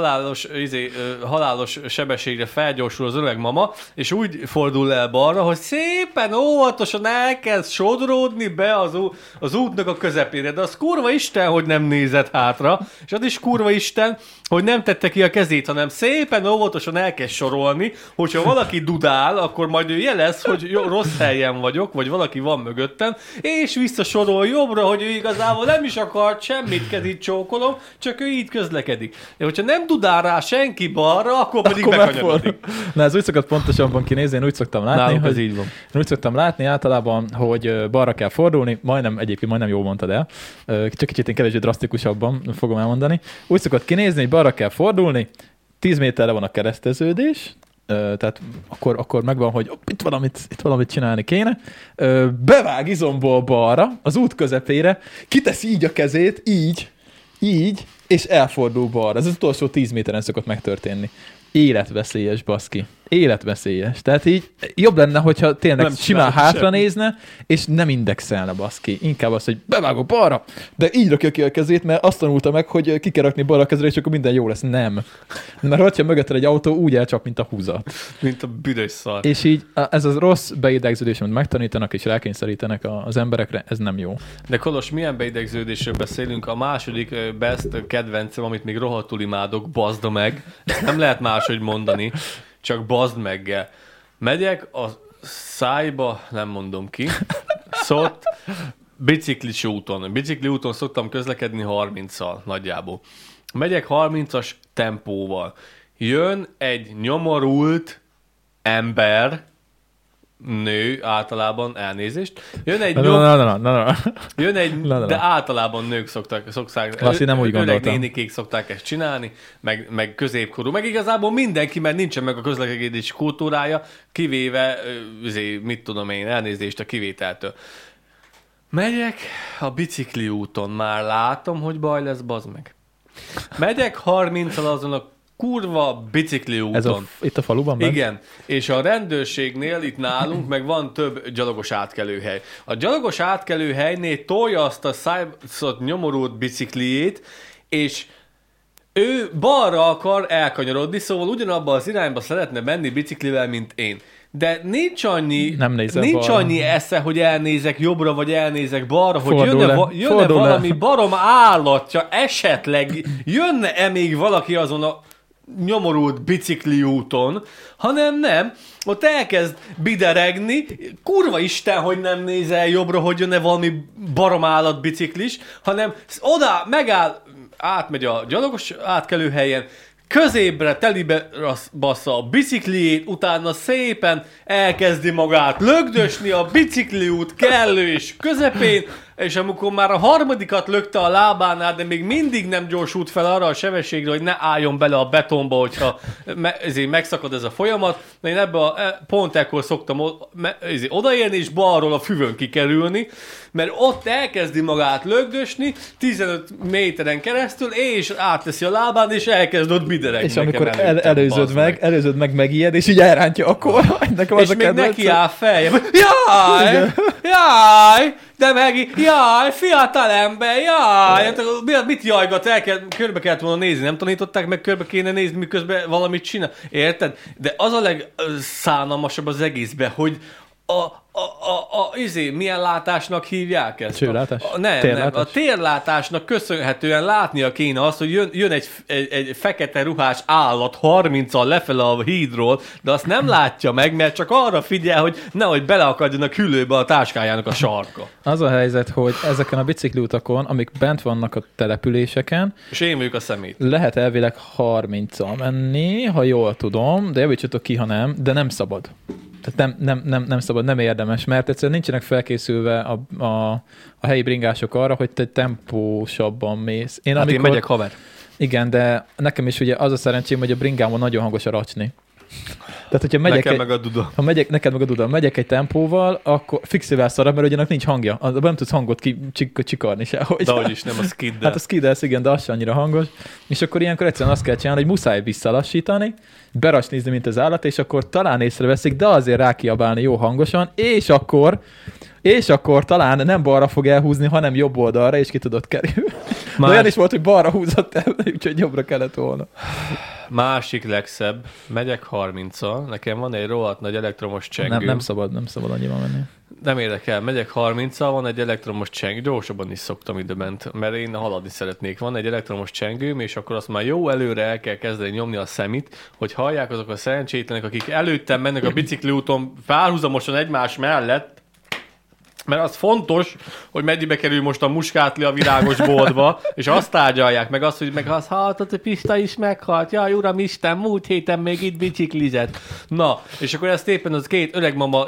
halálos sebességre felgyorsul az öreg mama, és úgy fordul el balra, hogy szépen óvatosan elkezd sodródni be az útnak a közepére, de az kurva Isten, hogy nem nézett hátra, és az is kurva Isten, hogy nem tette ki a kezét, hanem szépen óvatosan elkezd sorolni, hogyha valaki dudál, akkor majd ő jelez, hogy rossz helyen vagyok, vagy valaki van mögöttem, és visszasorol jobbra, hogy ő igazából nem is akart semmit, kezét csókolom, csak ő így közlekedik. De hogyha nem dudál rá senki balra, akkor pedig bekanyarodik. Na, ez úgy szokott pontosabban kinézni, én úgy szoktam látni, nálunk hogy így van. Én úgy szoktam látni általában, hogy balra kell fordulni, majdnem jól mondtad el, csak kicsit én kevésbé drasztikusabban fogom elmondani. Úgy szokott kinézni, hogy balra kell fordulni, 10 méterre van a kereszteződés, tehát akkor megvan, hogy itt valamit csinálni kéne, bevág izomból balra, az út közepére, kiteszi így a kezét, így, és elfordul balra. Ez az utolsó 10 méteren szokott megtörténni. Életveszélyes, baszki. Életveszélyes. Tehát így jobb lenne, hogyha tényleg nem simán hátra nézne, és nem indexelne, baszki. Inkább az, hogy bevágok balra, de így rakja ki a kezét, mert azt tanulta meg, hogy ki kell rakni balra a kezére, és akkor minden jó lesz. Nem. Mert hogyha mögötted egy autó, úgy elcsap, mint a húzat. Mint a büdös szar. És így ez az rossz beidegződés, amit megtanítanak és rákényszerítenek az emberekre, ez nem jó. De Kolos, milyen beidegződésről beszélünk? A második best kedvencem, amit még rohadtul imádok, bazd meg. Ezt nem lehet máshogy mondani. Csak bazd meggel. Megyek a szájba, nem mondom ki, biciklis úton. Bicikli úton szoktam közlekedni 30-szal nagyjából. Megyek 30-as tempóval. Jön egy nyomorult ember, nő általában, elnézést. Jön egy de általában nők szokták Lassi, nem úgy gondoltam. Öreg nénikék szokták ezt csinálni, meg középkorú, meg igazából mindenki, mert nincsen meg a közlekedés kultúrája, kivéve, mit tudom én, elnézést a kivételtől. Megyek a bicikli úton, már látom, hogy baj lesz, bazd meg. Megyek 30-al azon a kurva bicikli úton. Itt a faluban? Igen, és a rendőrségnél itt nálunk meg van több gyalogos átkelőhely. A gyalogos átkelőhelynél tolja azt a nyomorult bicikliét, és ő balra akar elkanyarodni, szóval ugyanabban az irányba szeretne menni biciklivel, mint én. De nincs annyi esze, hogy elnézek jobbra, vagy elnézek balra, hogy jönne valami barom állatja, esetleg jönne-e még valaki azon a nyomorult bicikli úton, hanem nem, ott elkezd bideregni, kurva Isten, hogy nem nézel jobbra, hogy jönne valami barom állat biciklis, hanem oda megáll, átmegy a gyalogos átkelőhelyen, középre telibe bassza a bicikliét, utána szépen elkezdi magát lögdösni a bicikliút kellő és közepén, és amikor már a harmadikat lökte a lábánál, de még mindig nem gyorsult fel arra a sebességre, hogy ne álljon bele a betonba, hogyha ezért megszakad ez a folyamat. De én pont ekkor szoktam odaérni, és balról a füvön kikerülni, mert ott elkezdi magát lögdösni 15 méteren keresztül, és átteszi a lábán, és elkezd ott bideregni. És amikor előzöd meg megijed, és így elrántja akkor. És még neki áll feljebb. Jaj! De jaj, fiatal ember, jaj! Mit jajgat? Körbe kellett volna nézni, nem tanították meg, körbe kéne nézni, miközben valamit csinál. Érted? De az a legszánalmasabb az egészben, hogy milyen látásnak hívják ezt? Csőlátás? Nem. A térlátásnak köszönhetően látnia kéne azt, hogy jön egy fekete ruhás állat 30-al lefele a hídról, de azt nem látja meg, mert csak arra figyel, hogy nehogy beleakadjon a külőbe a táskájának a sarka. Az a helyzet, hogy ezeken a bicikliutakon, amik bent vannak a településeken, és én vagyok a szemét. Lehet elvileg 30-al menni, ha jól tudom, de javítsatok ki, ha nem, de nem szabad. Tehát nem szabad, nem érdemes, mert egyszerűen nincsenek felkészülve a helyi bringások arra, hogy te tempósabban mész. Én megyek haver. Igen, de nekem is ugye az a szerencsém, hogy a bringámon nagyon hangos a racsni. Tehát, hogyha megyek meg a duda. Neked meg a duda. Megyek egy tempóval, akkor fixével szarab, mert ugyanak nincs hangja. Nem tudsz hangot csikarni sehogy. De hogy is, nem a skiddel. Hát a skiddel, igen, de az sem annyira hangos. És akkor ilyenkor egyszerűen azt kell csinálni, hogy muszáj visszalassítani, beracsnizni, mint az állat, és akkor talán észreveszik, de azért rákiabálni jó hangosan, és akkor talán nem balra fog elhúzni, hanem jobb oldalra, és ki tudod kerülni. De olyan is volt, hogy balra húzott el, úgyhogy jobbra kellett volna. Másik legszebb, megyek 30-al, nekem van egy rohadt nagy elektromos csengő. Nem szabad annyiban menni. Nem érdekel, megyek 30-al, van egy elektromos csengő, gyorsabban is szoktam időbent, mert én haladni szeretnék. Van egy elektromos csengőm, és akkor azt már jó előre el kell kezdeni nyomni a szemét, hogy hallják azok a szerencsétlenek, akik előttem mennek a bicikliúton párhuzamosan egymás mellett, mert az fontos, hogy mennyibe kerül most a muskátli a virágos boltba, és azt tárgyalják meg azt, hogy meg azt hallott, a Pista is meghalt. Jaj, uram Isten, múlt héten még itt biciklizett. Na, és akkor ezt éppen az két öreg mama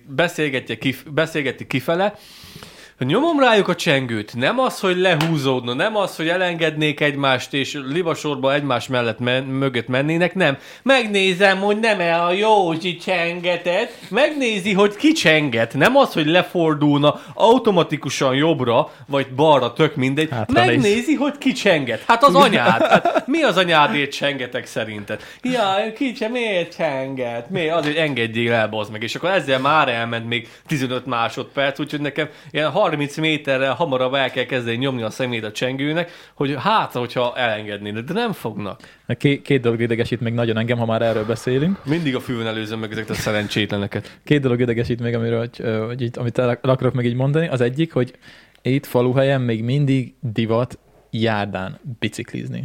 beszélgeti kifele, nyomom rájuk a csengőt. Nem az, hogy lehúzódna, nem az, hogy elengednék egymást, és libasorba egymás mellett mögött mennének, nem. Megnézem, hogy nem-e a Józsi csengetett, megnézi, hogy ki csenget. Nem az, hogy lefordulna automatikusan jobbra, vagy balra, tök mindegy. Megnézi, hogy ki csenget. Hát az anyád. Hát mi az anyádért csengetek szerinted? Jaj, miért csenget? Miért? Azért engedjél el, bazd meg. És akkor ezzel már elment még 15 másodperc, úgyhogy nekem ilyen 30 méterrel hamarabb el kell kezdeni nyomni a szemét a csengőnek, hogy hogyha elengednének, de nem fognak. Két dolog idegesít még nagyon engem, ha már erről beszélünk. Mindig a fülön előzöm meg ezeket a szerencsétleneket. Két dolog idegesít még, amit el akarok meg így mondani. Az egyik, hogy itt faluhelyen még mindig divat járdán biciklizni.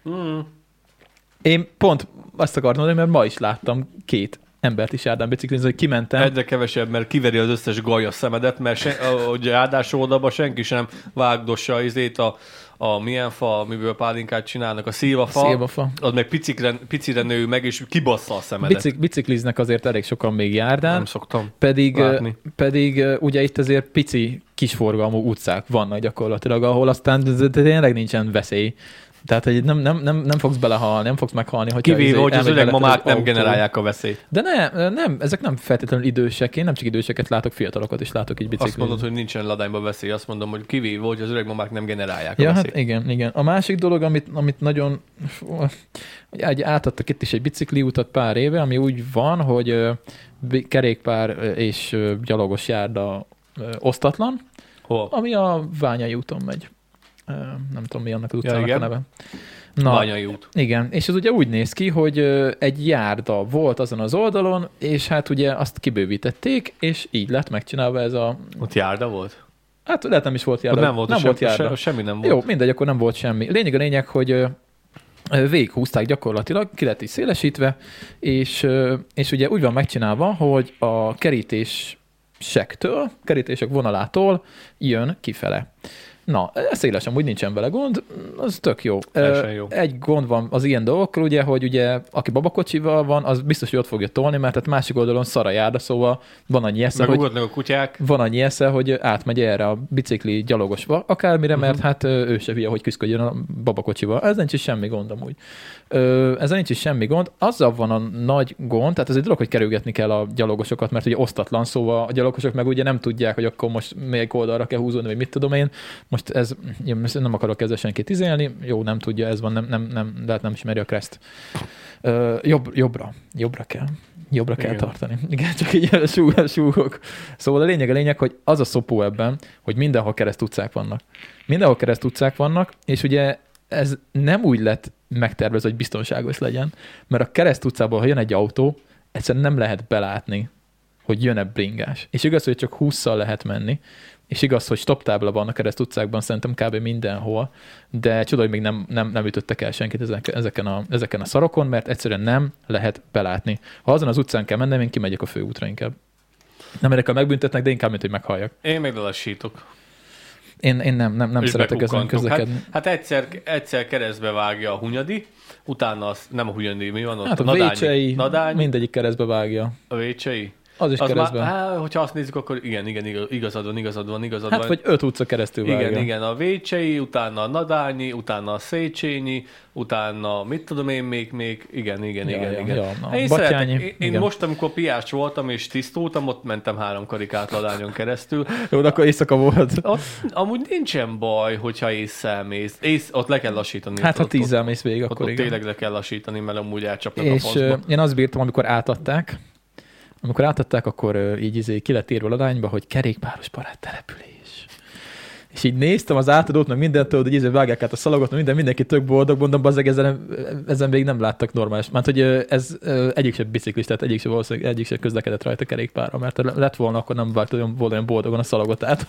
Én pont azt akartam mondani, mert ma is láttam két embert is járdán biciklizni, hogy kimentem. Egyre kevesebb, mert kiveri az összes gaj szemedet, mert a járdás oldalba senki sem vágdossa a milyen fa, amiből pálinkát csinálnak, a szilvafa. Az meg picire nő meg, és kibassza a szemedet. Bicikliznek azért elég sokan még járdán. Nem szoktam pedig ugye itt azért pici, kisforgalmú utcák vannak gyakorlatilag, ahol aztán tényleg nincsen veszély. Tehát, hogy nem fogsz belehalni, nem fogsz meghalni. Kivéve, hogy az öreg mamák nem generálják a veszélyt. De nem, ezek nem feltétlenül idősek. Én nem csak időseket látok, fiatalokat is látok így biciklizni. Azt mondod, hogy nincsen ladányban veszély. Azt mondom, hogy kivéve, hogy az öreg mamák nem generálják a veszélyt. Hát igen. A másik dolog, amit nagyon... Átadtak itt is egy bicikliutat pár éve, ami úgy van, hogy kerékpár és gyalogos járda osztatlan, ami a Ványai úton megy. Nem tudom, mi annak az utcának a neve. Bányai út. Igen, és ez ugye úgy néz ki, hogy egy járda volt azon az oldalon, és hát ugye azt kibővítették, és így lett megcsinálva ez a... Ott járda volt? Hát lehet nem is volt járda. Nem volt járda. Semmi nem volt. Jó, mindegy, akkor nem volt semmi. A lényeg, hogy végighúztak gyakorlatilag, ki lett így szélesítve, és ugye úgy van megcsinálva, hogy a kerítések vonalától jön kifele. Na, széles amúgy nincsen vele gond, az tök jó. Jó. Egy gond van az ilyen dolgokkal, ugye, hogy ugye aki babakocsival van, az biztos, hogy ott fogja tolni, mert hát másik oldalon szar a járda, szóval van annyi esze, a kutyák. Van annyi esze, hogy átmegy erre a bicikli gyalogos akármire, mert hát ő se hülye, hogy küzdködjön a babakocsival. Ez nincs is semmi gond amúgy. Ezzel nincs is semmi gond. Azzal van a nagy gond, tehát ez egy dolog, hogy kerülgetni kell a gyalogosokat, mert ugye osztatlan, szóval a gyalogosok meg ugye nem tudják, hogy akkor most melyik oldalra kell húzódni, vagy mit tudom én. Most ez, nem akarok ezzel senkit izélni, jó, nem tudja, ez van, lehet nem ismeri a kreszt. Jobbra kell tartani. Igen, csak így súgok. Szóval a lényeg, hogy az a szopó ebben, hogy mindenhol keresztutcák vannak. És ugye ez nem úgy lett megtervezve, hogy biztonságos legyen, mert a keresztutcából, ha jön egy autó, egyszerűen nem lehet belátni, hogy jön-e bringás. És igaz, hogy csak 20-szal lehet menni, és igaz, hogy stoptábla van a keresztutcákban, szerintem kb. Mindenhol, de csoda, hogy még nem ütöttek el senkit ezeken a szarokon, mert egyszerűen nem lehet belátni. Ha azon az utcán kell mennem, én kimegyek a főútra inkább. Nem érdekel, megbüntetnek, de inkább, mint hogy meghallják. Én meg lelassítok. Én nem szeretek ezen közlekedni. Hát egyszer keresztbe vágja a Hunyadi, utána nem a Hunyadi, mi van ott? Hát a Vécsei, mindegyik keresztbe vágja. A Vécsei? Az is keresztben. Hogyha azt nézzük, akkor igen, igazad van. Hát vagy 5 utca keresztül vágja. Igen, a Vécsei, utána a Nadányi, utána a Széchenyi, utána mit tudom én még, igen. Én most, amikor piás voltam és tisztultam, ott mentem 3 karikát Ladányon keresztül. Jó, de akkor éjszaka volt. Amúgy nincsen baj, hogyha ésszel mész. Ott le kell lassítani. Hát ha 10-zel mész végig, akkor igen. Ott tényleg le kell lassítani, mert amúgy elcsapnak a faszba. És én azt bírtam, amikor átadták, akkor így ki lett írva Ladányba, hogy kerékpáros barát település. És így néztem az átadót, meg mindentől, hogy vágják át a szalagot, mindenki tök boldog, mondom, bazzeg, ezen még nem láttak normális. Mert hogy ez egyik se biciklistát, egyik se közlekedett rajta kerékpárra, mert lett volna, akkor nem vágt olyan boldogan a szalagot át,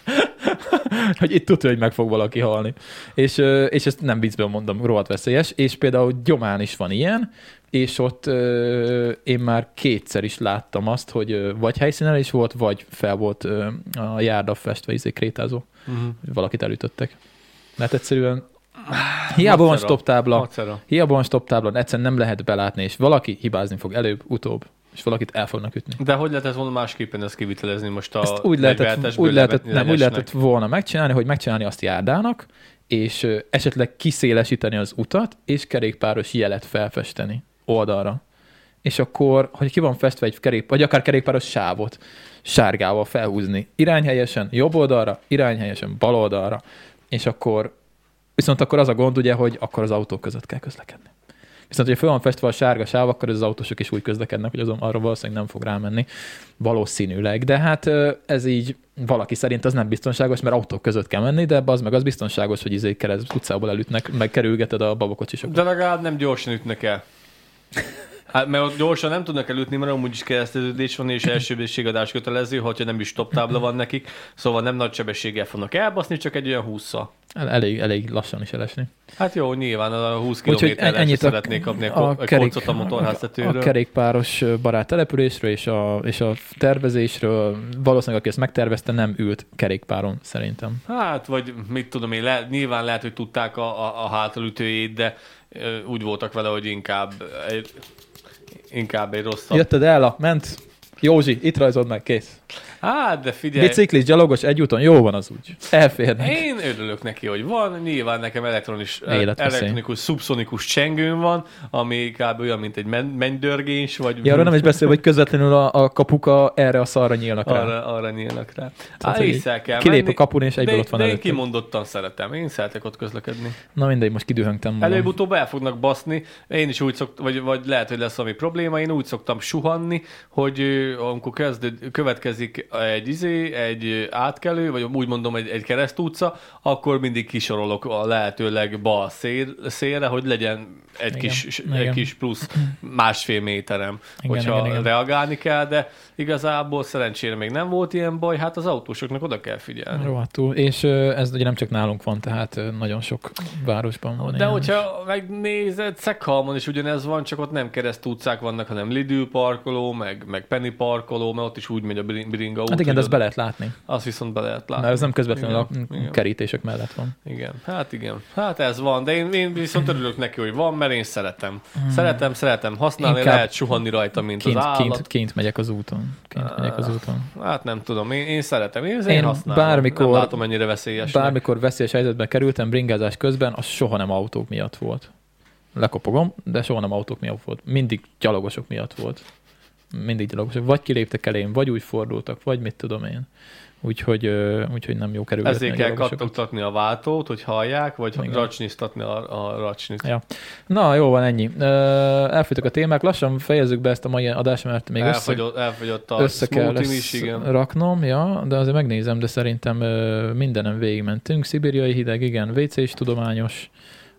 hogy itt tudja, hogy meg fog valaki halni. És ezt nem viccből mondom, rohadt veszélyes, és például Gyomán is van ilyen, és ott én már 2-szer is láttam azt, hogy vagy helyszínelés volt, vagy fel volt a járda festve, krétázó. Valakit elütöttek. Mert egyszerűen hiába van stoptábla, egyszerűen nem lehet belátni, és valaki hibázni fog előbb-utóbb, és valakit el fognak ütni. De hogy lehetett volna másképpen ezt kivitelezni most ezt úgy lehetett volna megcsinálni, hogy megcsinálni azt járdának, és esetleg kiszélesíteni az utat, és kerékpáros jelet felfesteni oldalra. És akkor, hogy ki van festve vagy akár kerékpáros sávot sárgával felhúzni. Irányhelyesen jobb oldalra, irányhelyesen bal oldalra. És akkor, viszont akkor az a gond ugye, hogy akkor az autók között kell közlekedni. Viszont, hogyha fel van festve a sárga sáv, akkor az autósok is úgy közlekednek, hogy azon arra valószínűleg nem fog rámenni. Valószínűleg. De hát ez így valaki szerint az nem biztonságos, mert autók között kell menni, de az meg az biztonságos, hogy kereszt utcából elütnek, meg kerülgeted a babakocsisokat. De legalább nem gyorsan ütnek el. Hát, mert ott gyorsan nem tudnak elütni, mert amúgy is kereszteződés van, és elsőbségadás kötelező, hogyha nem is stoptábla van nekik, szóval nem nagy sebességgel fognak elbaszni, csak egy olyan 20-szal. Elég lassan is elesni. Hát jó, nyilván a 20 km-re szeretnék kapni a kocot a motorháztetőről. A kerékpáros barát településről és a tervezésről valószínűleg, aki ezt megtervezte, nem ült kerékpáron szerintem. Hát, vagy mit tudom én, nyilván lehet, hogy tudták a hátalütőjét, de úgy voltak vele, hogy inkább egy rosszabb. Jötted el, ment. Józsi, itt rajzod meg, kész. Hát, de figyelj. Biciklis, gyalogos, egy úton, jó van az úgy. Elférnek. Én örülök neki, hogy van. Nyilván nekem elektronikus, szubszonikus csengőm van, ami kb. Olyan, mint egy mennydörgés. Ja, arra nem is beszél, hogy közvetlenül a kapuka erre a szarra nyílnak rá. Arra nyílnak rá. Észre kell kilép menni, a kapun, és egyből ott van előtt. De én kimondottan szeretem. Én szeretek ott közlekedni. Na mindegy, most kidühöngtem. Előbb-utóbb el fognak baszni. Én is úgy szoktam, vagy lehet, hogy lesz valami probléma. Én úgy szoktam suhanni, hogy amikor következik egy átkelő, vagy úgy mondom egy keresztutca, akkor mindig kisorolok a lehetőleg bal szélre, hogy legyen egy kis plusz 1,5 méterem, hogyha reagálni kell, de igazából szerencsére még nem volt ilyen baj, hát az autósoknak oda kell figyelni. Rohadtul. És ez ugye nem csak nálunk van, tehát nagyon sok városban van. De ilyen hogyha megnézed, Szekhalmon is ugyanez van, csak ott nem keresztutcák vannak, hanem Lidl parkoló, meg Penny parkoló, mert ott is úgy megy a bringa út. Hát igen, de ezt be lehet látni. Azt viszont be lehet látni. Mert ez nem közvetlenül a kerítések mellett van. Igen. Hát ez van, de én viszont örülök neki, hogy van, mert én szeretem. Szeretem használni, inkább lehet suhanni rajta, mint az állat. Kint megyek az úton. Hát nem tudom, én szeretem. Én használom. Nem látom, ennyire veszélyesnek. Bármikor veszélyes helyzetben kerültem bringázás közben, az soha nem autók miatt volt. Lekopogom, de soha nem autók miatt volt. Mindig gyalogosok miatt volt. Vagy kiléptek elém, vagy úgy fordultak, vagy mit tudom én. Úgyhogy nem jó kerülgetni. Ezért kell kattogtatni a váltót, hogy hallják, vagy racsnisztatni a racsnit. Ja. Na, jó van, ennyi. Elfogytak a témák, lassan fejezzük be ezt a mai adást, mert még elfogyott a össze kell is raknom, ja, de azért megnézem, de szerintem mindenem végigmentünk. Szibériai hideg, igen, WC is tudományos.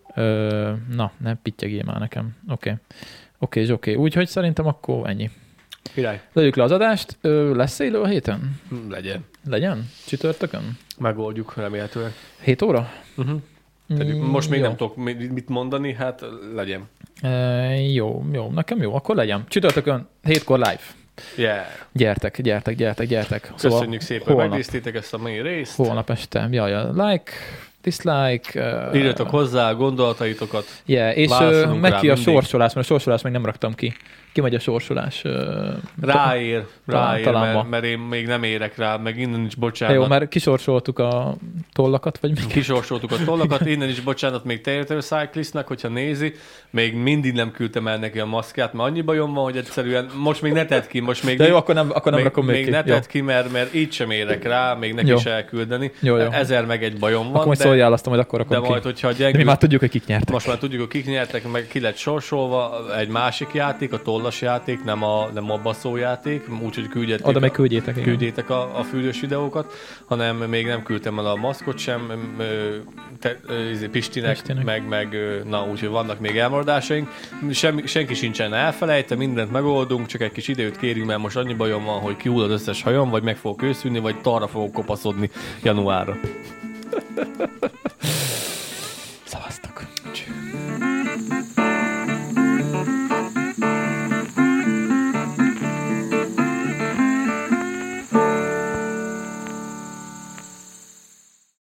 Na, ne pittyegjél már nekem. Oké. Úgyhogy szerintem akkor ennyi. Király. Legyük le az adást. Lesz élő a héten? Legyen? Csütörtökön? Megoldjuk remélhetőleg. 7 óra? Most még jó. Nem tudok mit mondani, hát legyen. Jó, nekem jó, akkor legyen. Csütörtökön 7-kor live. Yeah. Gyertek. Köszönjük szépen, hogy megnéztétek ezt a mai részt. Holnap este. Like, dislike. Írjatok hozzá gondolataitokat. És megy ki a sorsolás, mert a sorsolás még nem raktam ki. Kimegy a sorsolás. Ráér, mert én még nem érek rá, meg innen is bocsánat. Jó, mert kisorsoltuk a tollakat, vagy még? Kisorsoltuk a tollakat, innen is bocsánat még Territory Cyclistnek, hogyha nézi, még mindig nem küldtem el neki a maszkját, mert annyi bajom van, hogy egyszerűen most még ne tedd ki, de jó, akkor nem rakom még ki. Ne tedd ki, mert így sem érek rá, még neki is elküldeni. Jó. 1000 meg egy bajom van. Akkor majd szóljál azt, majd akkor rakom ki. De majd, hogyha mi már tudjuk, hogy kik nyertek. Most már tudjuk, hogy kik nyertek, meg ki lett sorsolva egy másik játék, a tollas játék, nem a baszójáték, úgyhogy küldjétek a fürdős videókat, hanem még nem küldtem el a maszkot sem, Pistinek, meg úgyhogy vannak még elmaradásaink. Senki sincsen elfelejtve, mindent megoldunk, csak egy kis időt kérünk, mert most annyi bajom van, hogy kihull az összes hajam, vagy meg fogok őszülni, vagy tarra fogok kopaszodni januárra. Szavaztok.